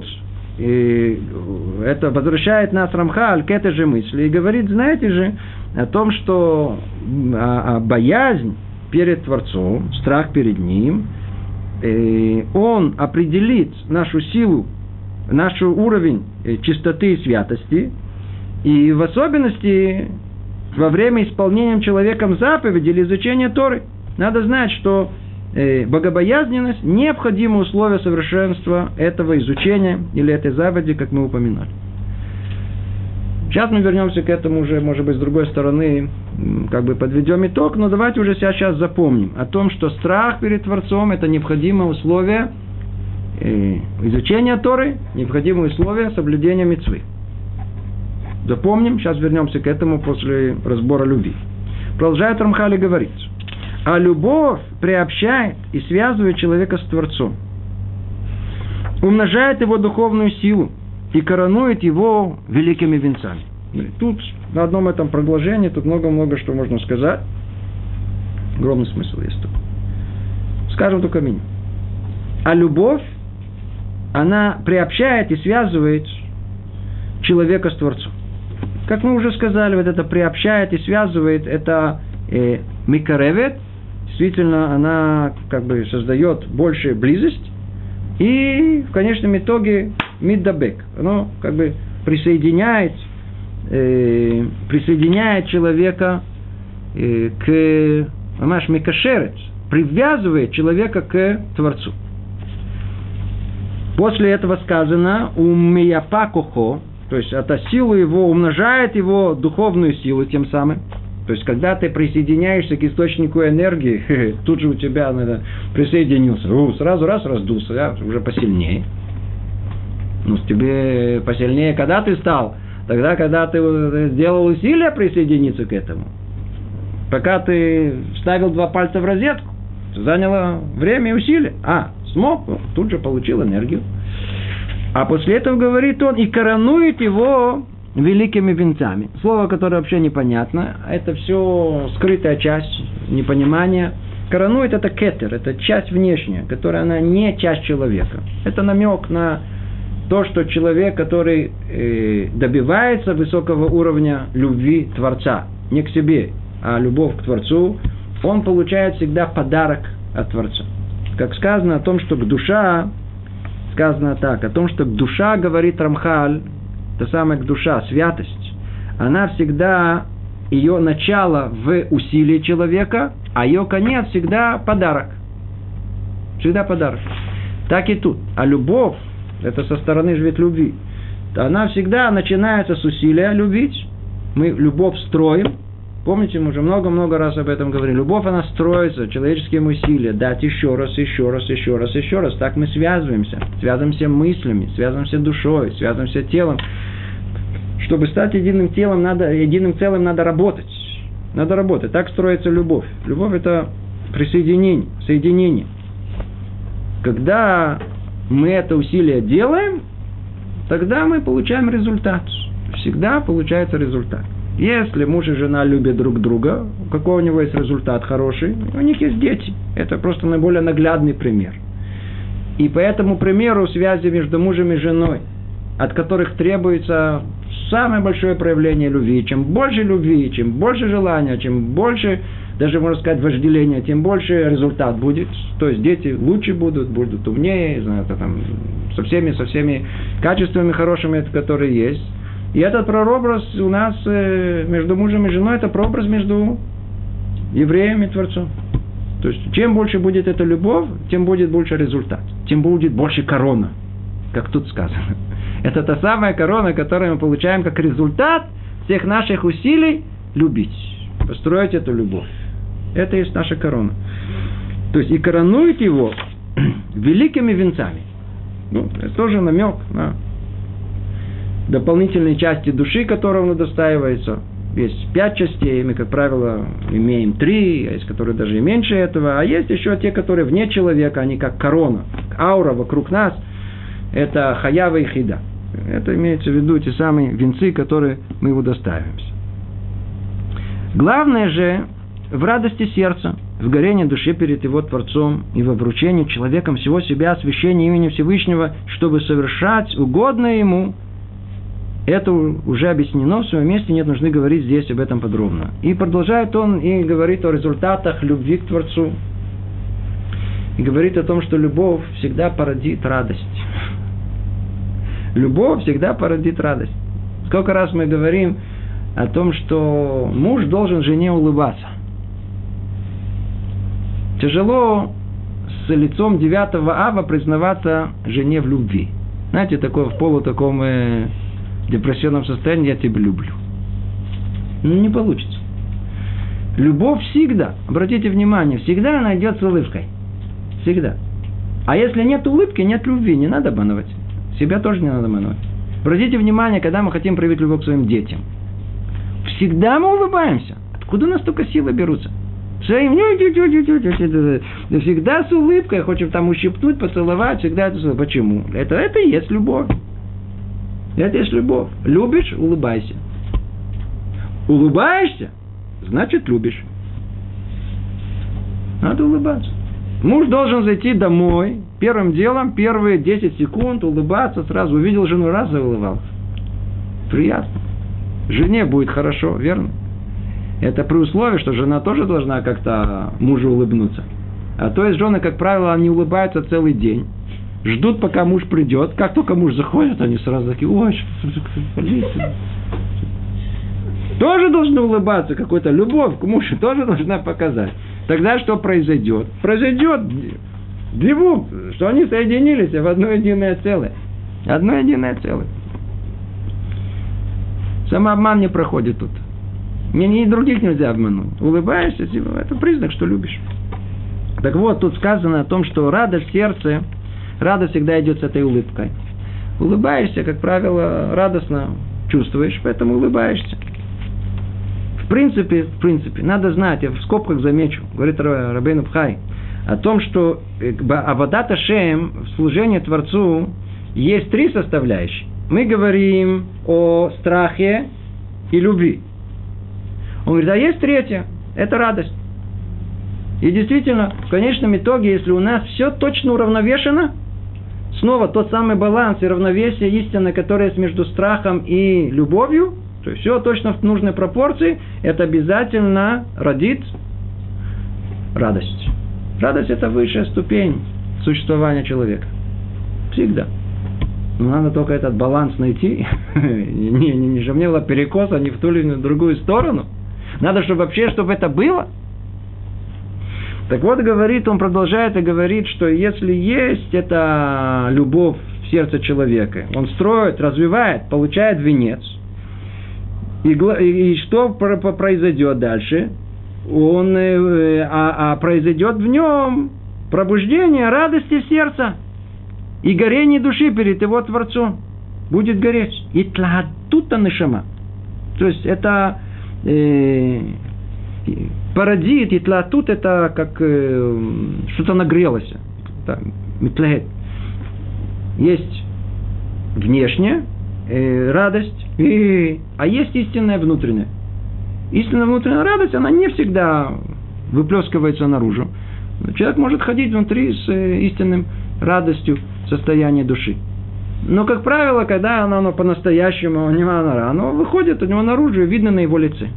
это возвращает нас Рамхаль к этой же мысли и говорит: знаете же, о том, что боязнь перед Творцом, страх перед Ним, он определит нашу силу, наш уровень чистоты и святости, и в особенности во время исполнения человеком заповеди или изучения Торы. Надо знать, что богобоязненность – необходимое условие совершенства этого изучения или этой заповеди, как мы упоминали. Сейчас мы вернемся к этому уже, может быть, с другой стороны, как бы подведем итог, но давайте уже сейчас запомним о том, что страх перед Творцом – это необходимое условие изучения Торы, необходимое условие соблюдения мицвы. Запомним, сейчас вернемся к этому после разбора любви. Продолжает Рамхаль и говорит: а любовь приобщает и связывает человека с Творцом, умножает его духовную силу и коронует его великими венцами. Тут на одном этом предложении тут много-много что можно сказать. Огромный смысл есть тут. Скажем только минимум. А любовь, она приобщает и связывает человека с Творцом. Как мы уже сказали, вот это приобщает и связывает, это микаревет, действительно, она как бы создает большую близость, и в конечном итоге миддабек, оно как бы присоединяет человека к Амаш Микашерец, привязывает человека к Творцу. После этого сказано «Умияпа кохо», то есть это сила его, умножает его духовную силу тем самым. То есть, когда ты присоединяешься к источнику энергии, тут же у тебя присоединился, сразу раз раздулся, уже посильнее. Ну, тебе посильнее, когда ты стал? Тогда, когда ты сделал усилия присоединиться к этому. Пока ты вставил 2 пальца в розетку, заняло время и усилия. Смог, тут же получил энергию. А после этого говорит он, и коронует его великими венцами. Слово, которое вообще непонятно, это все скрытая часть непонимания. Коронует это кетер, это часть внешняя, которая она не часть человека. Это намек на то, что человек, который добивается высокого уровня любви Творца, не к себе, а любовь к Творцу, он получает всегда подарок от Творца. Как сказано о том, что к душа, говорит Рамхаль, та самая душа, святость, она всегда, ее начало в усилии человека, а ее конец всегда подарок. Всегда подарок. Так и тут. А любовь, это со стороны же ведь любви, то она всегда начинается с усилия любить. Мы любовь строим. Помните, мы уже много-много раз об этом говорили. Любовь, она строится человеческим усилием. Дать еще раз. Так мы связываемся. Связываемся мыслями, связываемся душой, связываемся телом. Чтобы стать единым целым, надо работать. Надо работать. Так строится любовь. Любовь – это присоединение, соединение. Когда мы это усилие делаем, тогда мы получаем результат. Всегда получается результат. Если муж и жена любят друг друга, какой у него есть результат хороший, у них есть дети. Это просто наиболее наглядный пример. И по этому примеру связи между мужем и женой, от которых требуется самое большое проявление любви. Чем больше любви, чем больше желания, чем больше, даже можно сказать, вожделения, тем больше результат будет. То есть дети лучше будут умнее, со всеми качествами хорошими, которые есть. И этот прообраз у нас между мужем и женой, это прообраз между евреем и Творцом. То есть, чем больше будет эта любовь, тем будет больше результат. Тем будет больше корона, как тут сказано. Это та самая корона, которую мы получаем как результат всех наших усилий любить. Построить эту любовь. Это и есть наша корона. То есть, и коронует его великими венцами. Это тоже намек на дополнительные части души, которые он удостаивается. Есть 5 частей, мы, как правило, имеем 3, а есть, которые даже и меньше этого. А есть еще те, которые вне человека, они как корона, аура вокруг нас. Это хаява и хида. Это имеется в виду те самые венцы, которые мы удостаиваемся. Главное же в радости сердца, в горении души перед его Творцом и во вручении человеком всего себя, освящении имени Всевышнего, чтобы совершать угодное ему. Это уже объяснено в своем месте, нет нужды говорить здесь об этом подробно. И продолжает он и говорит о результатах любви к Творцу. И говорит о том, что любовь всегда породит радость. Любовь всегда породит радость. Сколько раз мы говорим о том, что муж должен жене улыбаться. Тяжело с лицом 9 ава признаваться жене в любви. Знаете, такое в полутаком депрессионном состоянии, я тебя люблю. Не получится. Любовь всегда, обратите внимание, всегда она идет с улыбкой. Всегда. А если нет улыбки, нет любви, не надо обманывать. Себя тоже не надо обманывать. Обратите внимание, когда мы хотим проявить любовь к своим детям. Всегда мы улыбаемся. Откуда у нас столько силы берутся? Всегда с улыбкой, хочем там ущипнуть, поцеловать, всегда это. Почему? Это и есть любовь. Это есть любовь. Любишь – улыбайся. Улыбаешься – значит, любишь. Надо улыбаться. Муж должен зайти домой, первым делом, первые 10 секунд улыбаться, сразу увидел жену, раз заулыбался. Приятно. Жене будет хорошо, верно? Это при условии, что жена тоже должна как-то мужу улыбнуться. А то есть жены, как правило, они улыбаются целый день. Ждут, пока муж придет. Как только муж заходит, они сразу такие, ой, полиция. Тоже должны улыбаться, какую-то любовь к мужу тоже должна показать. Тогда что произойдет? Произойдет двигун, что они соединились в одно единое целое. Одно единое целое. Самообман не проходит тут. Ни других нельзя обмануть. Улыбаешься, это признак, что любишь. Так вот, тут сказано о том, что радость в сердце, радость всегда идет с этой улыбкой. Улыбаешься, как правило, радостно чувствуешь, поэтому улыбаешься. В принципе, надо знать, я в скобках замечу, говорит Рабейну Бхай, о том, что Авадат Ашем, в служении Творцу, есть 3 составляющие. Мы говорим о страхе и любви. Он говорит, а есть 3, это радость. И действительно, в конечном итоге, если у нас все точно уравновешено, снова тот самый баланс и равновесие истины, которое есть между страхом и любовью, то есть все точно в нужной пропорции, это обязательно родит радость. Радость – это высшая ступень существования человека. Всегда. Но надо только этот баланс найти. Не чтобы не было перекоса ни в ту или ни в другую сторону. Надо, чтобы вообще, чтобы это было. Так вот, говорит, он продолжает и говорит, что если есть эта любовь в сердце человека, он строит, развивает, получает венец, и что произойдет дальше? Произойдет в нем пробуждение радости сердца и горение души перед его Творцом. Будет гореть. И тлаатута нешама. То есть это парадит, и тлаатут это как что-то нагрелось. Есть внешняя радость, а есть истинная внутренняя. Истинная внутренняя радость, она не всегда выплескивается наружу. Человек может ходить внутри с истинным радостью состояния души. Но, как правило, когда оно по-настоящему, оно выходит у него наружу и видно на его лице.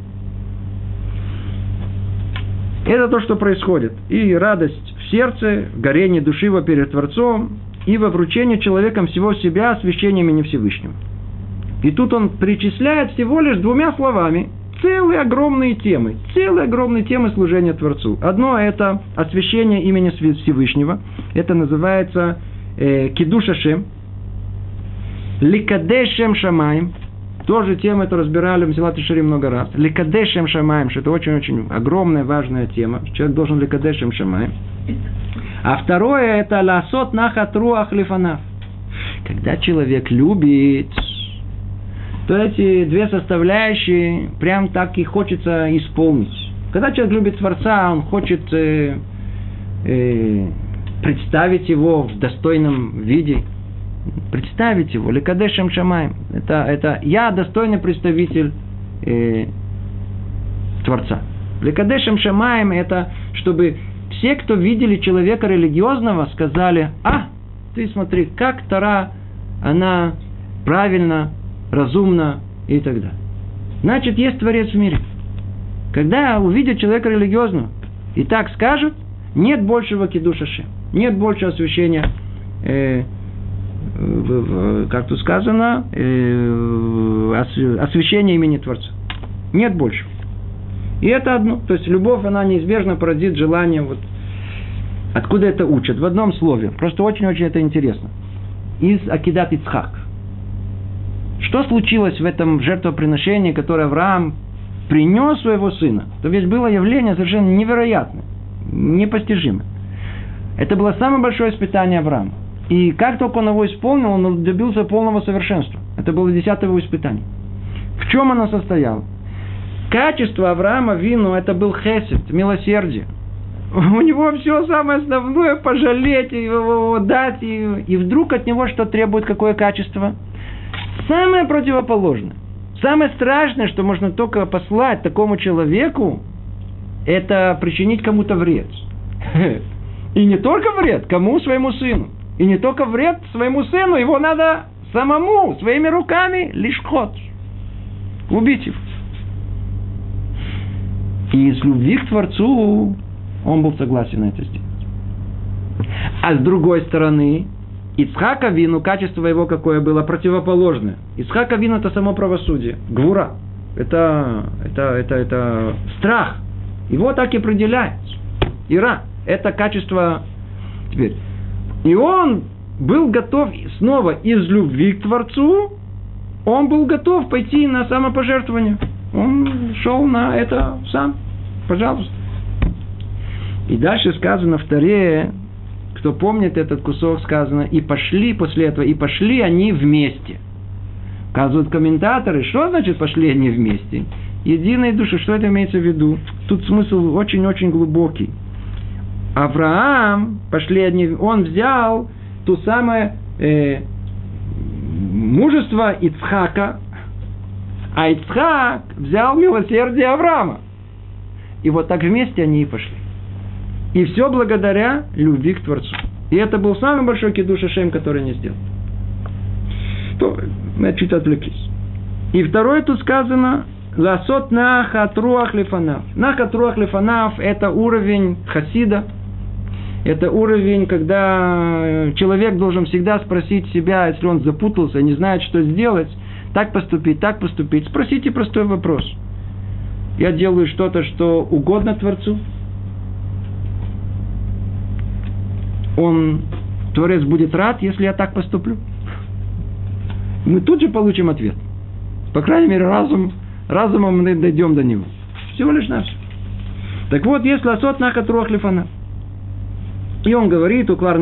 Это то, что происходит. И радость в сердце, горение души его перед Творцом, и во вручении человеком всего себя освящением имени Всевышнего. И тут он перечисляет всего лишь 2 словами целые огромные темы служения Творцу. Одно – это освящение имени Всевышнего. Это называется Кидуш Ашем. Ликадешем Шамаим. Тоже тему эту разбирали в Месилат Йешарим много раз. Ликадешем Шамаим, что это очень-очень огромная, важная тема. Человек должен ликадешем Шамаим. А второе – это ласот нахат руах лифанаф. Когда человек любит, то эти 2 составляющие прям так и хочется исполнить. Когда человек любит Творца, он хочет представить его в достойном виде. Представить его, ликадешем шамаим. Это я достойный представитель Творца. Ликадешем шамаим это чтобы все, кто видели человека религиозного, сказали: ты смотри, как Тора, она правильно, разумно и так далее. Значит, есть Творец в мире. Когда увидят человека религиозного и так скажут, нет большего кидуш Ашем, нет большего освящения, как тут сказано, освящения имени Творца. Нет больше. И это одно. То есть любовь, она неизбежно породит желание. Вот. Откуда это учат? В одном слове. Просто очень-очень это интересно. Из Акидат Ицхак. Что случилось в этом жертвоприношении, которое Авраам принес своего сына? То ведь было явление совершенно невероятное, непостижимое. Это было самое большое испытание Авраама. И как только он его исполнил, он добился полного совершенства. Это было 10-е его испытание. В чем оно состояло? Качество Авраама Вину – это был хесед, милосердие. У него все самое основное – пожалеть его, дать. И вдруг от него что требует, какое качество? Самое противоположное. Самое страшное, что можно только послать такому человеку, это причинить кому-то вред. И не только вред, кому? Своему сыну. И не только вред своему сыну, его надо самому, своими руками, лишхот. Убить его. И из любви к Творцу он был согласен на это сделать. А с другой стороны, Ицхак Авину, качество его какое было? Противоположное. Ицхак Авину – это само правосудие, гвура. Это страх. Его так и определяется. Ира. Это качество. Теперь. И он был готов снова из любви к Творцу, он был готов пойти на самопожертвование. Он шел на это сам. Пожалуйста. И дальше сказано в Торе, кто помнит этот кусок, сказано, и пошли после этого, и пошли они вместе. Указывают комментаторы, что значит пошли они вместе? Единой души, что это имеется в виду? Тут смысл очень-очень глубокий. Авраам, пошли одни, он взял то самое мужество Ицхака, а Ицхак взял милосердие Авраама. И вот так вместе они и пошли. И все благодаря любви к Творцу. И это был самый большой кидуш Ашем, который не сделал. То мы чуть отвлеклись. И второе тут сказано «Ласот нахат руах лефанав». Нахат руах лефанав – это уровень хасида. Это уровень, когда человек должен всегда спросить себя, если он запутался, не знает, что сделать, так поступить. Спросите простой вопрос. Я делаю что-то, что угодно Творцу? Творец будет рад, если я так поступлю? Мы тут же получим ответ. По крайней мере, разумом мы дойдем до него. Всего лишь навсего. Так вот, если асот нахат руах лефанав. И он говорит, это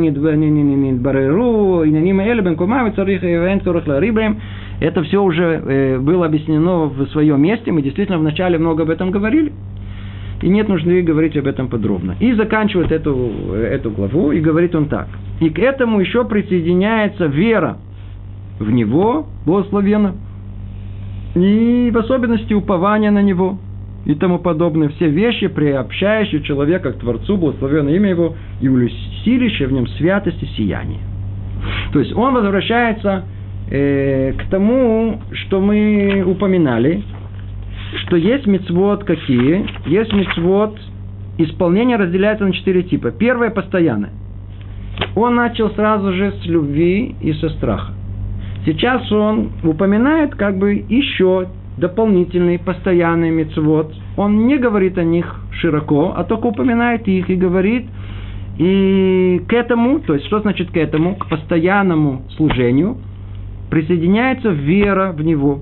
все уже было объяснено в своем месте. Мы действительно вначале много об этом говорили. И нет нужды говорить об этом подробно. И заканчивает эту главу, и говорит он так. И к этому еще присоединяется вера в Него, благословенно, и в особенности упование на Него, и тому подобное. Все вещи, приобщающие человека к Творцу, благословенное имя Его, и усиляющие в нем святость и сияние. То есть он возвращается к тому, что мы упоминали, что есть мицвот какие? Есть мицвот, исполнение разделяется на 4 типа. Первое – постоянное. Он начал сразу же с любви и со страха. Сейчас он упоминает еще дополнительный постоянный мицвот. Он не говорит о них широко, а только упоминает их и говорит, и к этому, то есть что значит к этому, к постоянному служению, присоединяется вера в Него.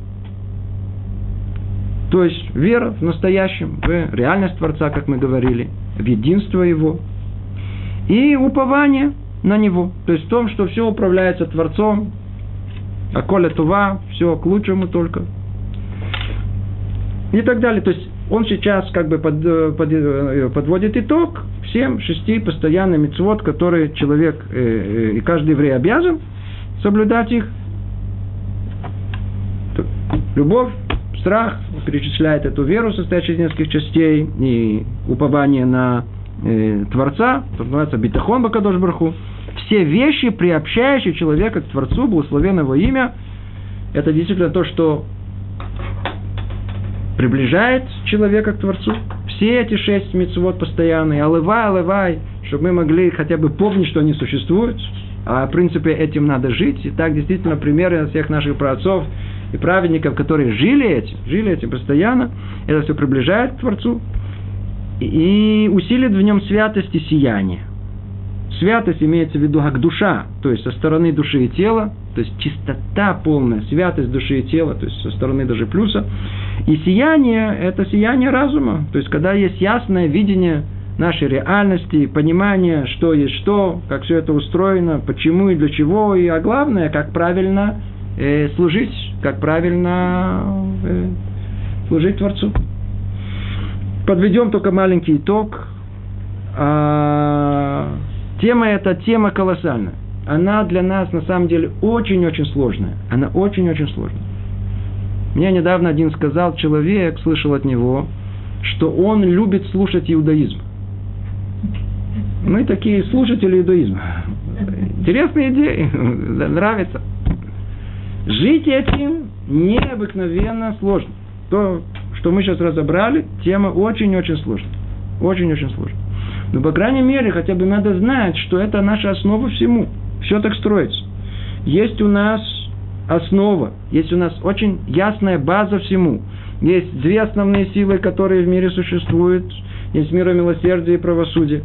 То есть вера в настоящем, в реальность Творца, как мы говорили, в единство Его. И упование на Него. То есть в том, что все управляется Творцом, а коля тува, все к лучшему только. И так далее. То есть он сейчас подводит итог всем 6 постоянным мицвот, которые человек и каждый еврей обязан соблюдать их. Любовь, страх, перечисляет эту веру, состоящую из нескольких частей, и упование на Творца, то называется битахон бакадош баруху. Все вещи, приобщающие человека к Творцу, благословенное его имя, это действительно то, что приближает человека к Творцу. Все эти 6 мицвот постоянные, алывай, чтобы мы могли хотя бы помнить, что они существуют. А в принципе этим надо жить. И так действительно примеры всех наших праотцов и праведников, которые жили этим постоянно, это все приближает к Творцу и усилит в нем святость и сияние. Святость имеется в виду как душа, то есть со стороны души и тела, то есть чистота полная, святость души и тела, то есть со стороны даже плюса. И сияние – это сияние разума, то есть когда есть ясное видение нашей реальности, понимание, что есть что, как все это устроено, почему и для чего, а главное, как правильно служить, как правильно служить Творцу. Подведем только маленький итог. Тема эта тема колоссальная. Она для нас на самом деле очень-очень сложная. Она очень-очень сложная. Мне недавно один сказал человек, слышал от него, что он любит слушать иудаизм. Мы такие слушатели иудаизма. Интересные идеи, нравится. Жить этим необыкновенно сложно. То, что мы сейчас разобрали, тема очень-очень сложная. Очень-очень сложная. Но, по крайней мере, хотя бы надо знать, что это наша основа всему. Все так строится. Есть у нас основа, есть у нас очень ясная база всему. Есть две основные силы, которые в мире существуют. Есть мир милосердия и правосудия.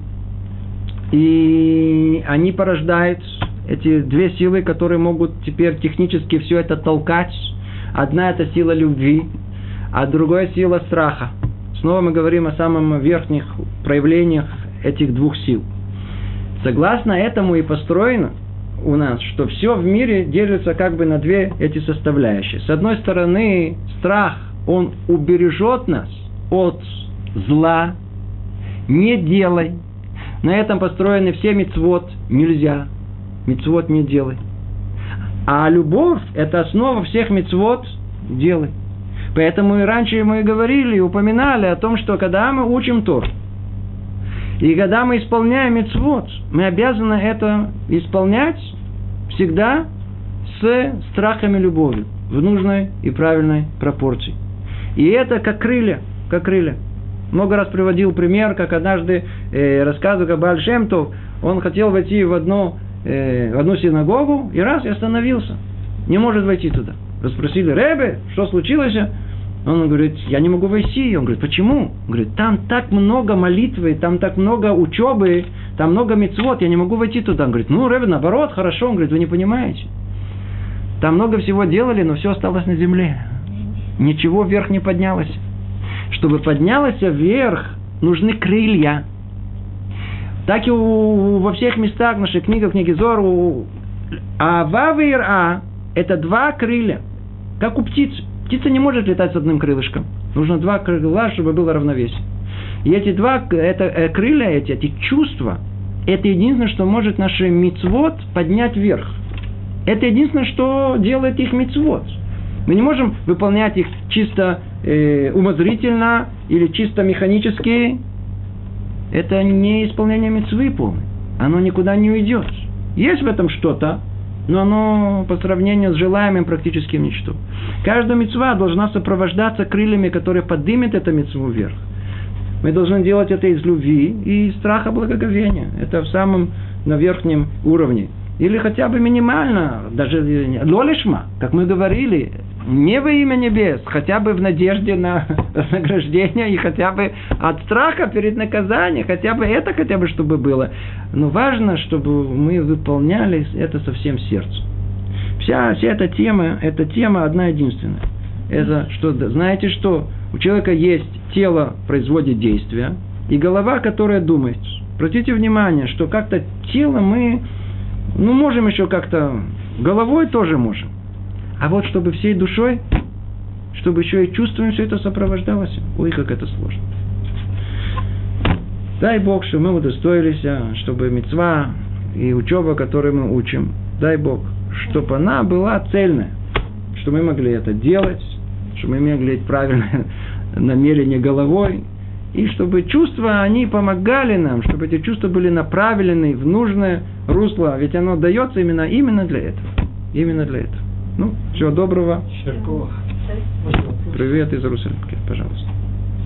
И они порождают эти две силы, которые могут теперь технически все это толкать. Одна – это сила любви, а другая – сила страха. Снова мы говорим о самых верхних проявлениях этих двух сил. Согласно этому и построено у нас, что все в мире делится как бы на две эти составляющие. С одной стороны, страх, он убережет нас от зла, не делай. На этом построены все мицвот, нельзя. Мицвот не делай. А любовь – это основа всех мицвот, делай. Поэтому и раньше мы говорили, упоминали о том, что когда мы учим Тору, и когда мы исполняем мицвот, мы обязаны это исполнять всегда с страхом и любовью, в нужной и правильной пропорции. И это как крылья, как крылья. Много раз приводил пример, как однажды рассказывал Каббаль Шем Тов, он хотел войти в одну синагогу, и раз, и остановился. Не может войти туда. Спросили: Ребе, что случилось? Он говорит: я не могу войти. Он говорит: почему? Он говорит: там так много молитвы, там так много учебы, там много мицвот, я не могу войти туда. Он говорит: ну, Ребе, наоборот, хорошо. Он говорит: вы не понимаете. Там много всего делали, но все осталось на земле. Ничего вверх не поднялось. Чтобы поднялось вверх, нужны крылья. Так и во всех местах в наших книгах, в книге Зор, Ава и Ира – это два крылья, как у птицы. Птица не может летать с одним крылышком. Нужно два крыла, чтобы было равновесие. И эти два крылья, эти чувства, это единственное, что может наши мицвот поднять вверх. Это единственное, что делает их мицвот. Мы не можем выполнять их чисто умозрительно или чисто механически. Это не исполнение мицвы полной. Оно никуда не уйдет. Есть в этом что-то, но оно по сравнению с желаемым практически ничто. Каждая мицва должна сопровождаться крыльями, которые поднимут эту мицву вверх. Мы должны делать это из любви и страха благоговения. Это в самом на верхнем уровне. Или хотя бы минимально, даже лолишма, как мы говорили, не во имя небес, хотя бы в надежде на вознаграждение и хотя бы от страха перед наказанием, хотя бы чтобы было. Но важно, чтобы мы выполняли это со всем сердцем. Вся эта тема одна единственная. Это что, знаете что? У человека есть тело, производит действия, и голова, которая думает. Обратите внимание, что как-то тело мы можем еще как-то, головой тоже можем. А вот чтобы всей душой, чтобы еще и чувством все это сопровождалось, ой, как это сложно. Дай Бог, чтобы мы удостоились, чтобы мицва и учеба, которую мы учим, дай Бог, чтобы она была цельная, чтобы мы могли это делать, чтобы мы могли правильное намерение головой, и чтобы чувства, они помогали нам, чтобы эти чувства были направлены в нужное русло, ведь оно дается именно для этого. Именно для этого. Всего доброго. Привет из Иерусалима, пожалуйста.